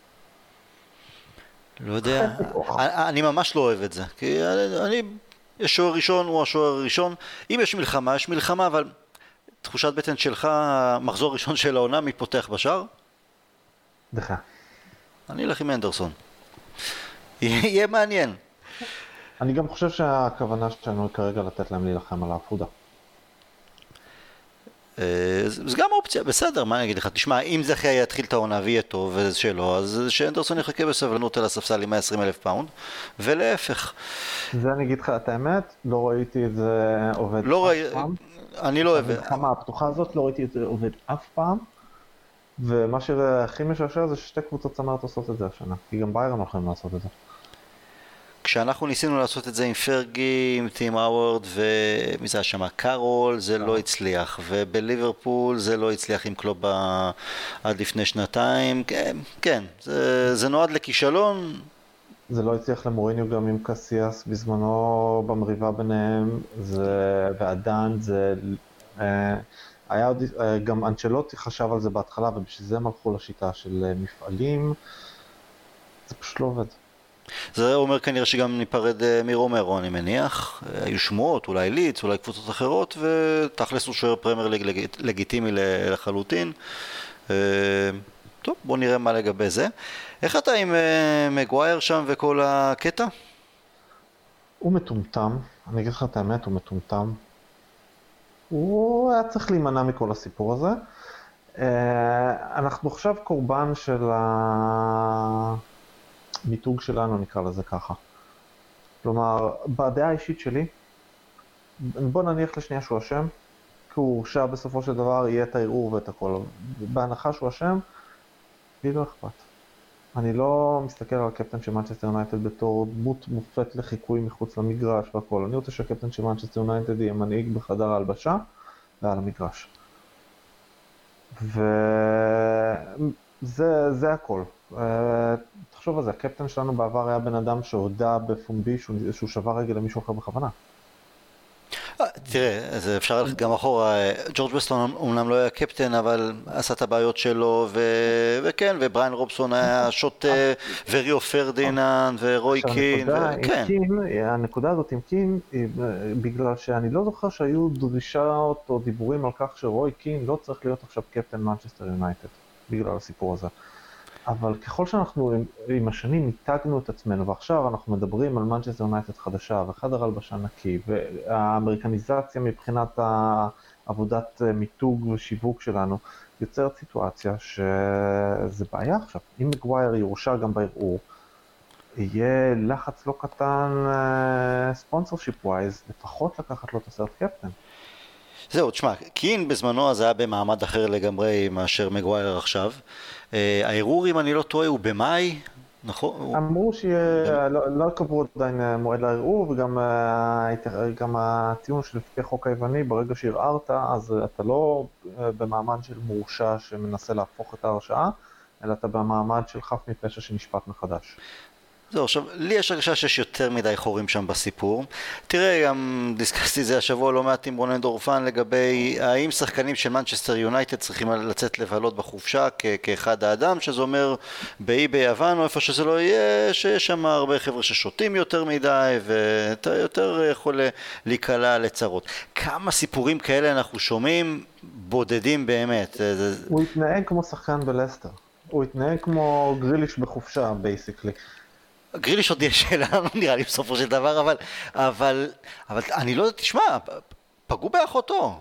Speaker 1: לא יודע, אני ממש לא אוהב את זה, כי אני, יש שוער ראשון, הוא השוער הראשון, אם יש מלחמה, יש מלחמה, אבל תחושת בטן שלך, מחזור ראשון של העונה, מי פותח בשער?
Speaker 2: דחה.
Speaker 1: אני אלך עם אנדרסון. יהיה מעניין.
Speaker 2: אני גם חושב שהכוונה שלנו היא כרגע לתת להם להילחם על העפודה.
Speaker 1: זה גם אופציה, בסדר, מה אני אגיד לך? תשמע, אם זה אחרי יתחיל את העונה ויהיה טוב וזה שלו, אז שאנדרסון יחכה בסבלנות על הספסל עם מאה ועשרים אלף פאונד, ולהפך.
Speaker 2: זה אני אגיד לך את האמת, לא ראיתי את זה עובד
Speaker 1: לא ראי...
Speaker 2: אף פעם.
Speaker 1: אני לא אוהב.
Speaker 2: במלחמה הפתוחה הזאת לא ראיתי את זה עובד אף פעם. ומה שהכי משעשע זה ששתי קבוצות צמרת עושות את זה השנה, כי גם ביירן הולכים לעשות את זה.
Speaker 1: כשאנחנו ניסינו לעשות את זה עם פרגי, עם טים האוורד ומי זה השמה, קארול, זה לא הצליח, ובליברפול זה לא הצליח עם קלובה עד לפני שנתיים, כן, כן, זה, זה נועד לכישלון. זה
Speaker 2: לא הצליח למוריניו גם עם קסיאס בזמנו במריבה ביניהם, זה, ועדן זה... היה עוד, גם אנצ'לוטי חשב על זה בהתחלה, ובשביל זה הם הלכו לשיטה של מפעלים, זה פשוט לא עובד.
Speaker 1: זה אומר כנראה שגם ניפרד מרומרו, אני מניח, היו שמועות, אולי ליץ, אולי קבוצות אחרות, ותכלס הוא שוער פרמייר ליג לגיטימי לחלוטין. טוב, בוא נראה מה לגבי זה. איך אתה עם מגווייר שם וכל הקטע?
Speaker 2: הוא מטומטם, אני אגיד לך את האמת, הוא מטומטם. הוא היה צריך להימנע מכל הסיפור הזה. אנחנו עכשיו קורבן של המיתוג שלנו, נקרא לזה ככה. כלומר, בדעה האישית שלי, בוא נניח לשנייה שהוא אשם, כי הוא הורשע בסופו של דבר, יהיה את הערעור ואת הכל. בהנחה שהוא אשם, לי לא אכפת. אני לא מסתכל על הקפטן של מנצ'סטר יונייטד בתור דמות מופת לחיקוי מחוץ למגרש והכל. אני רוצה שהקפטן של מנצ'סטר יונייטד יהיה מנהיג בחדר ההלבשה ועל המגרש. וזה זה הכל. תחשוב על זה, הקפטן שלנו בעבר היה בן אדם שהודע בפומבי שהוא שבר רגל למישהו אחר בכוונה.
Speaker 1: תראה, זה אפשר ללכת גם אחורה, ג'ורג' בסטון אומנם לא היה קפטן, אבל עשה את הבעיות שלו, וכן, ובריין רובסון היה שוט, וריו פרדיננד, ורוי קין,
Speaker 2: הנקודה הזאת עם קין, בגלל שאני לא זוכר שהיו דרישות או דיבורים על כך שרוי קין לא צריך להיות עכשיו קפטן מנצ'סטר יונייטד, בגלל הסיפור הזה. אבל ככל שאנחנו עם, עם השנים ניתגנו את עצמנו, ועכשיו אנחנו מדברים על מנצ'סטר יונייטד חדשה, וחדר הלבשה נקי, והאמריקניזציה מבחינת עבודת מיתוג ושיווק שלנו, יוצרת סיטואציה שזה בעיה עכשיו. אם מגווייר יורשע גם בערעור, יהיה לחץ לא קטן ספונסרשיפ ווייז, לפחות לקחת לו את הסרט קפטן.
Speaker 1: זהו, תשמע, קין בזמנו אז היה במעמד אחר לגמרי מאשר מגווייר עכשיו. הערעור, אם אני לא טועה, הוא במאי, נכון?
Speaker 2: אמרו שלא קבעו עדיין מועד לערעור, וגם גם הטיעון שלפי חוק היווני, ברגע שערערת, אז אתה לא במעמד של מורשע שמנסה להפוך את ההרשעה, אלא אתה במעמד של חף מפשע שנשפט מחדש.
Speaker 1: זהו, עכשיו, לי יש הרגשה שיש יותר מדי חורים שם בסיפור. תראה, גם דיסקסתי את זה השבוע לא מעט עם רונן דורפן לגבי האם שחקנים של מנצ'סטר יונייטד צריכים לצאת לבלות בחופשה כ- כאחד האדם, שזה אומר באי ביוון או איפה שזה לא יהיה, שיש שם הרבה חבר'ה ששותים יותר מדי ואתה יותר יכול להיקלע לצרות. כמה סיפורים כאלה אנחנו שומעים, בודדים באמת.
Speaker 2: הוא התנהג כמו שחקן בלסטר. הוא התנהג כמו גריליש בחופשה, בייסיקלי.
Speaker 1: גריליש עוד יש שאלה, לא נראה לי בסופו של דבר, אבל, אבל, אבל אני לא יודע, תשמע, פגעו באחותו.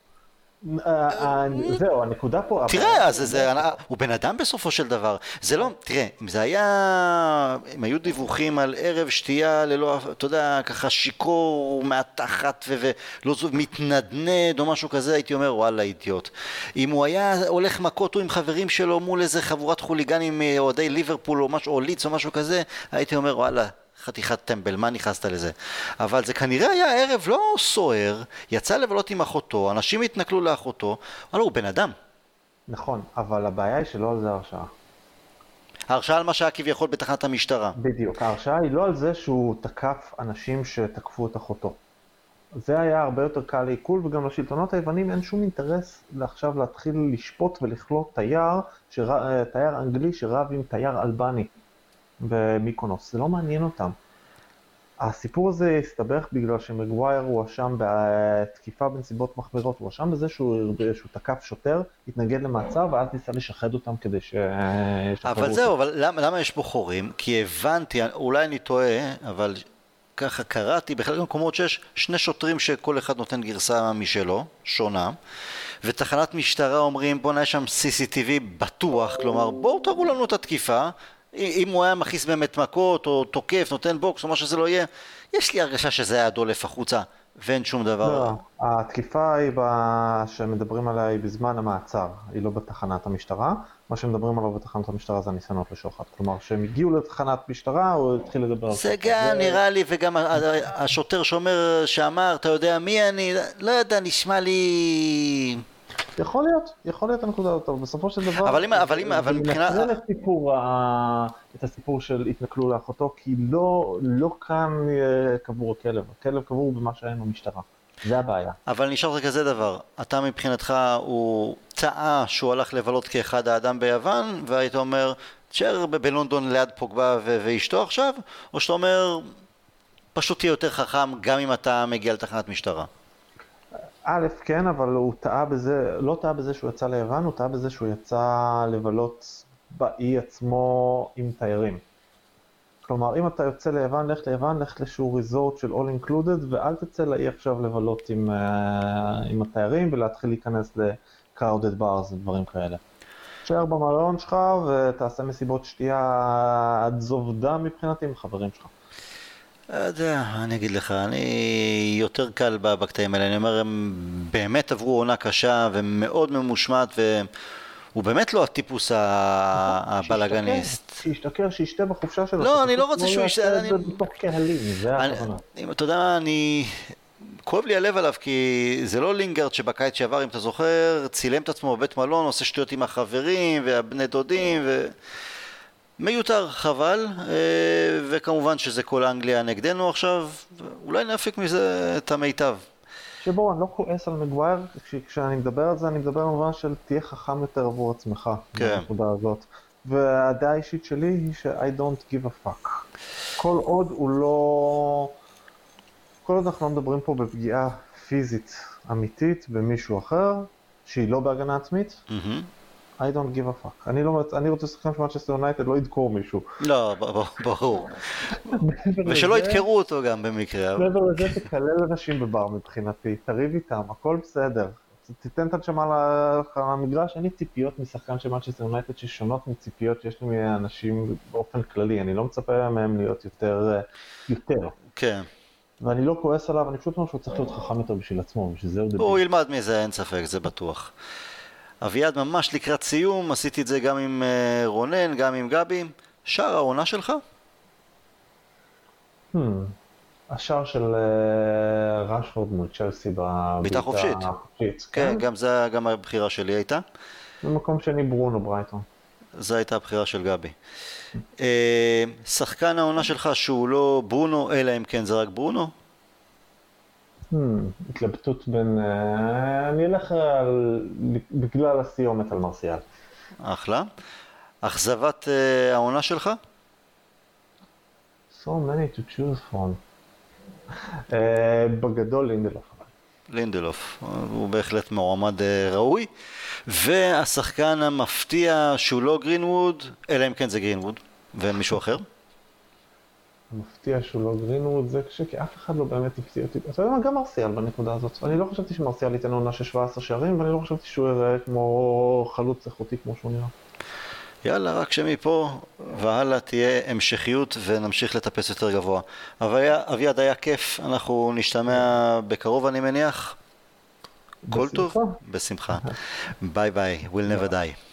Speaker 2: זהו, הנקודה פה...
Speaker 1: תראה, אז זה, הוא בן אדם בסופו של דבר. זה לא, תראה, אם זה היה, אם היו דיווחים על ערב שתייה ללא, אתה יודע, ככה שיקור מהתחת ולא זו, מתנדנד או משהו כזה, הייתי אומר, וואלה, אידיוט. אם הוא היה הולך מכות הוא עם חברים שלו מול איזה חבורת חוליגנים אוהדי ליברפול או משהו, או ליץ או משהו כזה, הייתי אומר, וואלה, חתיכת טמבל, מה נכנסת לזה? אבל זה כנראה היה ערב לא סוער, יצא לבלות עם אחותו, אנשים התנכלו לאחותו, אבל הוא בן אדם.
Speaker 2: נכון, אבל הבעיה היא שלא על זה ההרשעה.
Speaker 1: ההרשעה על מה שהיה כביכול בתחנת המשטרה.
Speaker 2: בדיוק, ההרשעה היא לא על זה שהוא תקף אנשים שתקפו את אחותו. זה היה הרבה יותר קל לעיכול, וגם לשלטונות היוונים אין שום אינטרס עכשיו להתחיל לשפוט ולכלוא תייר, שר... תייר אנגלי שרב עם תייר אלבני. במיקונוס, זה לא מעניין אותם. הסיפור הזה הסתבך בגלל שמגווייר הוא אשם בתקיפה בנסיבות מחמירות, הוא אשם בזה שהוא, שהוא תקף שוטר, התנגד למעצר ואז ניסה לשחד אותם כדי ש...
Speaker 1: אבל זהו, אבל למה, למה יש פה חורים? כי הבנתי, אולי אני טועה, אבל ככה קראתי, בכלל מקומות שיש שני שוטרים שכל אחד נותן גרסה משלו, שונה, ותחנת משטרה אומרים בוא נהיה שם סי סי טי וי בטוח, כלומר בואו תראו לנו את התקיפה, אם הוא היה מכניס באמת מכות או תוקף, נותן בוקס או מה שזה לא יהיה, יש לי הרגשה שזה היה דולף החוצה ואין שום דבר.
Speaker 2: לא, התקיפה היא ב... שמדברים עליה היא בזמן המעצר, היא לא בתחנת המשטרה. מה שמדברים עליו בתחנת המשטרה זה הניסיונות לשוחד. כלומר, כשהם הגיעו לתחנת משטרה, הוא התחיל לדבר.
Speaker 1: זה גם נראה לי, וגם השוטר שאומר, שאמר, אתה יודע מי אני, לא יודע, נשמע לי...
Speaker 2: יכול להיות, יכול להיות הנקודה הזאת, אבל בסופו של דבר...
Speaker 1: אבל אם, אבל אם, אבל מבחינה...
Speaker 2: זה נקרא לסיפור, את הסיפור של התנכלו לאחותו, כי לא, לא כאן קבור הכלב, הכלב קבור במה שהיינו משטרה, זה הבעיה.
Speaker 1: אבל נשאר זה כזה דבר, אתה מבחינתך הוא טעה שהוא הלך לבלות כאחד האדם ביוון, והיית אומר, תשאר בלונדון ליד פוגבה ואשתו עכשיו, או שאתה אומר, פשוט תהיה יותר חכם גם אם אתה מגיע לתחנת משטרה?
Speaker 2: א', כן, אבל הוא טעה בזה, לא טעה בזה שהוא יצא ליוון, הוא טעה בזה שהוא יצא לבלות באי עצמו עם תיירים. כלומר, אם אתה יוצא ליוון, לך ליוון, לך לאיזשהו ריזורט של all included, ואל תצא לאי עכשיו לבלות עם, עם התיירים ולהתחיל להיכנס ל-crowded bars ודברים כאלה. תשאר במלון שלך ותעשה מסיבות שתייה עד זוב דם מבחינתי עם חברים שלך.
Speaker 1: לא יודע, אני אגיד לך, אני יותר קל בקטעים האלה, אני אומר, הם באמת עברו עונה קשה ומאוד ממושמעת, והוא באמת לא הטיפוס הבלגניסט.
Speaker 2: שישתכר, שישתה בחופשה שלו.
Speaker 1: לא, אני לא רוצה שהוא ישתה, אני...
Speaker 2: בתוך קהלים, זה הכוונה.
Speaker 1: אתה יודע, אני... כואב לי הלב עליו, כי זה לא לינגרד שבקיץ שעבר, אם אתה זוכר, צילם את עצמו בבית מלון, עושה שטויות עם החברים והבני דודים, ו... מיותר, חבל, וכמובן שזה כל אנגליה נגדנו עכשיו, אולי נפיק מזה את המיטב.
Speaker 2: שבו, אני לא כועס על מגווייר, כשאני מדבר על זה, אני מדבר במובן של תהיה חכם יותר עבור עצמך, בנקודה הזאת. והדעה האישית שלי היא ש-I don't give a fuck. כל עוד הוא לא... כל עוד אנחנו לא מדברים פה בפגיעה פיזית אמיתית במישהו אחר, שהיא לא בהגנה עצמית, I don't give a fuck. אני, לא, אני רוצה שחקן של מנצ'סטר יונייטד, לא ידקור מישהו.
Speaker 1: לא, ברור. ושלא ידקרו אותו גם במקרה.
Speaker 2: מעבר לזה תקלל אנשים בבר מבחינתי, תריב איתם, הכל בסדר. תיתן את הנשמה למגרש, אין לי ציפיות משחקן של מנצ'סטר יונייטד ששונות מציפיות שיש לי מאנשים באופן כללי, אני לא מצפה מהם להיות יותר, יותר.
Speaker 1: כן.
Speaker 2: ואני לא כועס עליו, אני פשוט אומר שהוא צריך להיות חכם יותר בשביל עצמו, בשביל זה הוא דביל.
Speaker 1: הוא ילמד מזה, אין ספק, זה בטוח. אביעד, ממש לקראת סיום, עשיתי את זה גם עם רונן, גם עם גבי. שער העונה שלך?
Speaker 2: Hmm. השער של רשפורד מול צ'לסי
Speaker 1: בביתה חופשית. כן, גם זה, גם הבחירה שלי הייתה.
Speaker 2: במקום שני ברונו ברייטון.
Speaker 1: זו הייתה הבחירה של גבי. שחקן העונה שלך שהוא לא ברונו, אלא אם כן זה רק ברונו?
Speaker 2: התלבטות בין... אני אלך בגלל הסיומת על מרסיאל.
Speaker 1: אחלה. אכזבת העונה שלך?
Speaker 2: So many to choose from. בגדול לינדלוף.
Speaker 1: לינדלוף, הוא בהחלט מועמד ראוי. והשחקן המפתיע שהוא לא גרינווד, אלא אם כן זה גרינווד, ומישהו אחר?
Speaker 2: המפתיע שהוא לא גרינווד זה כשכי אף אחד לא באמת הפתיע אותי. אתה יודע מה, גם מרסיאל בנקודה הזאת. אני לא חשבתי שמרסיאל ייתן עונה של שבעה עשר שערים, ואני לא חשבתי שהוא יראה כמו חלוץ איכותי כמו שהוא נראה.
Speaker 1: יאללה, רק שמפה והלאה תהיה המשכיות ונמשיך לטפס יותר גבוה. אביעד, היה כיף, אנחנו נשתמע בקרוב אני מניח. כל טוב? בשמחה. ביי ביי, we'll never die.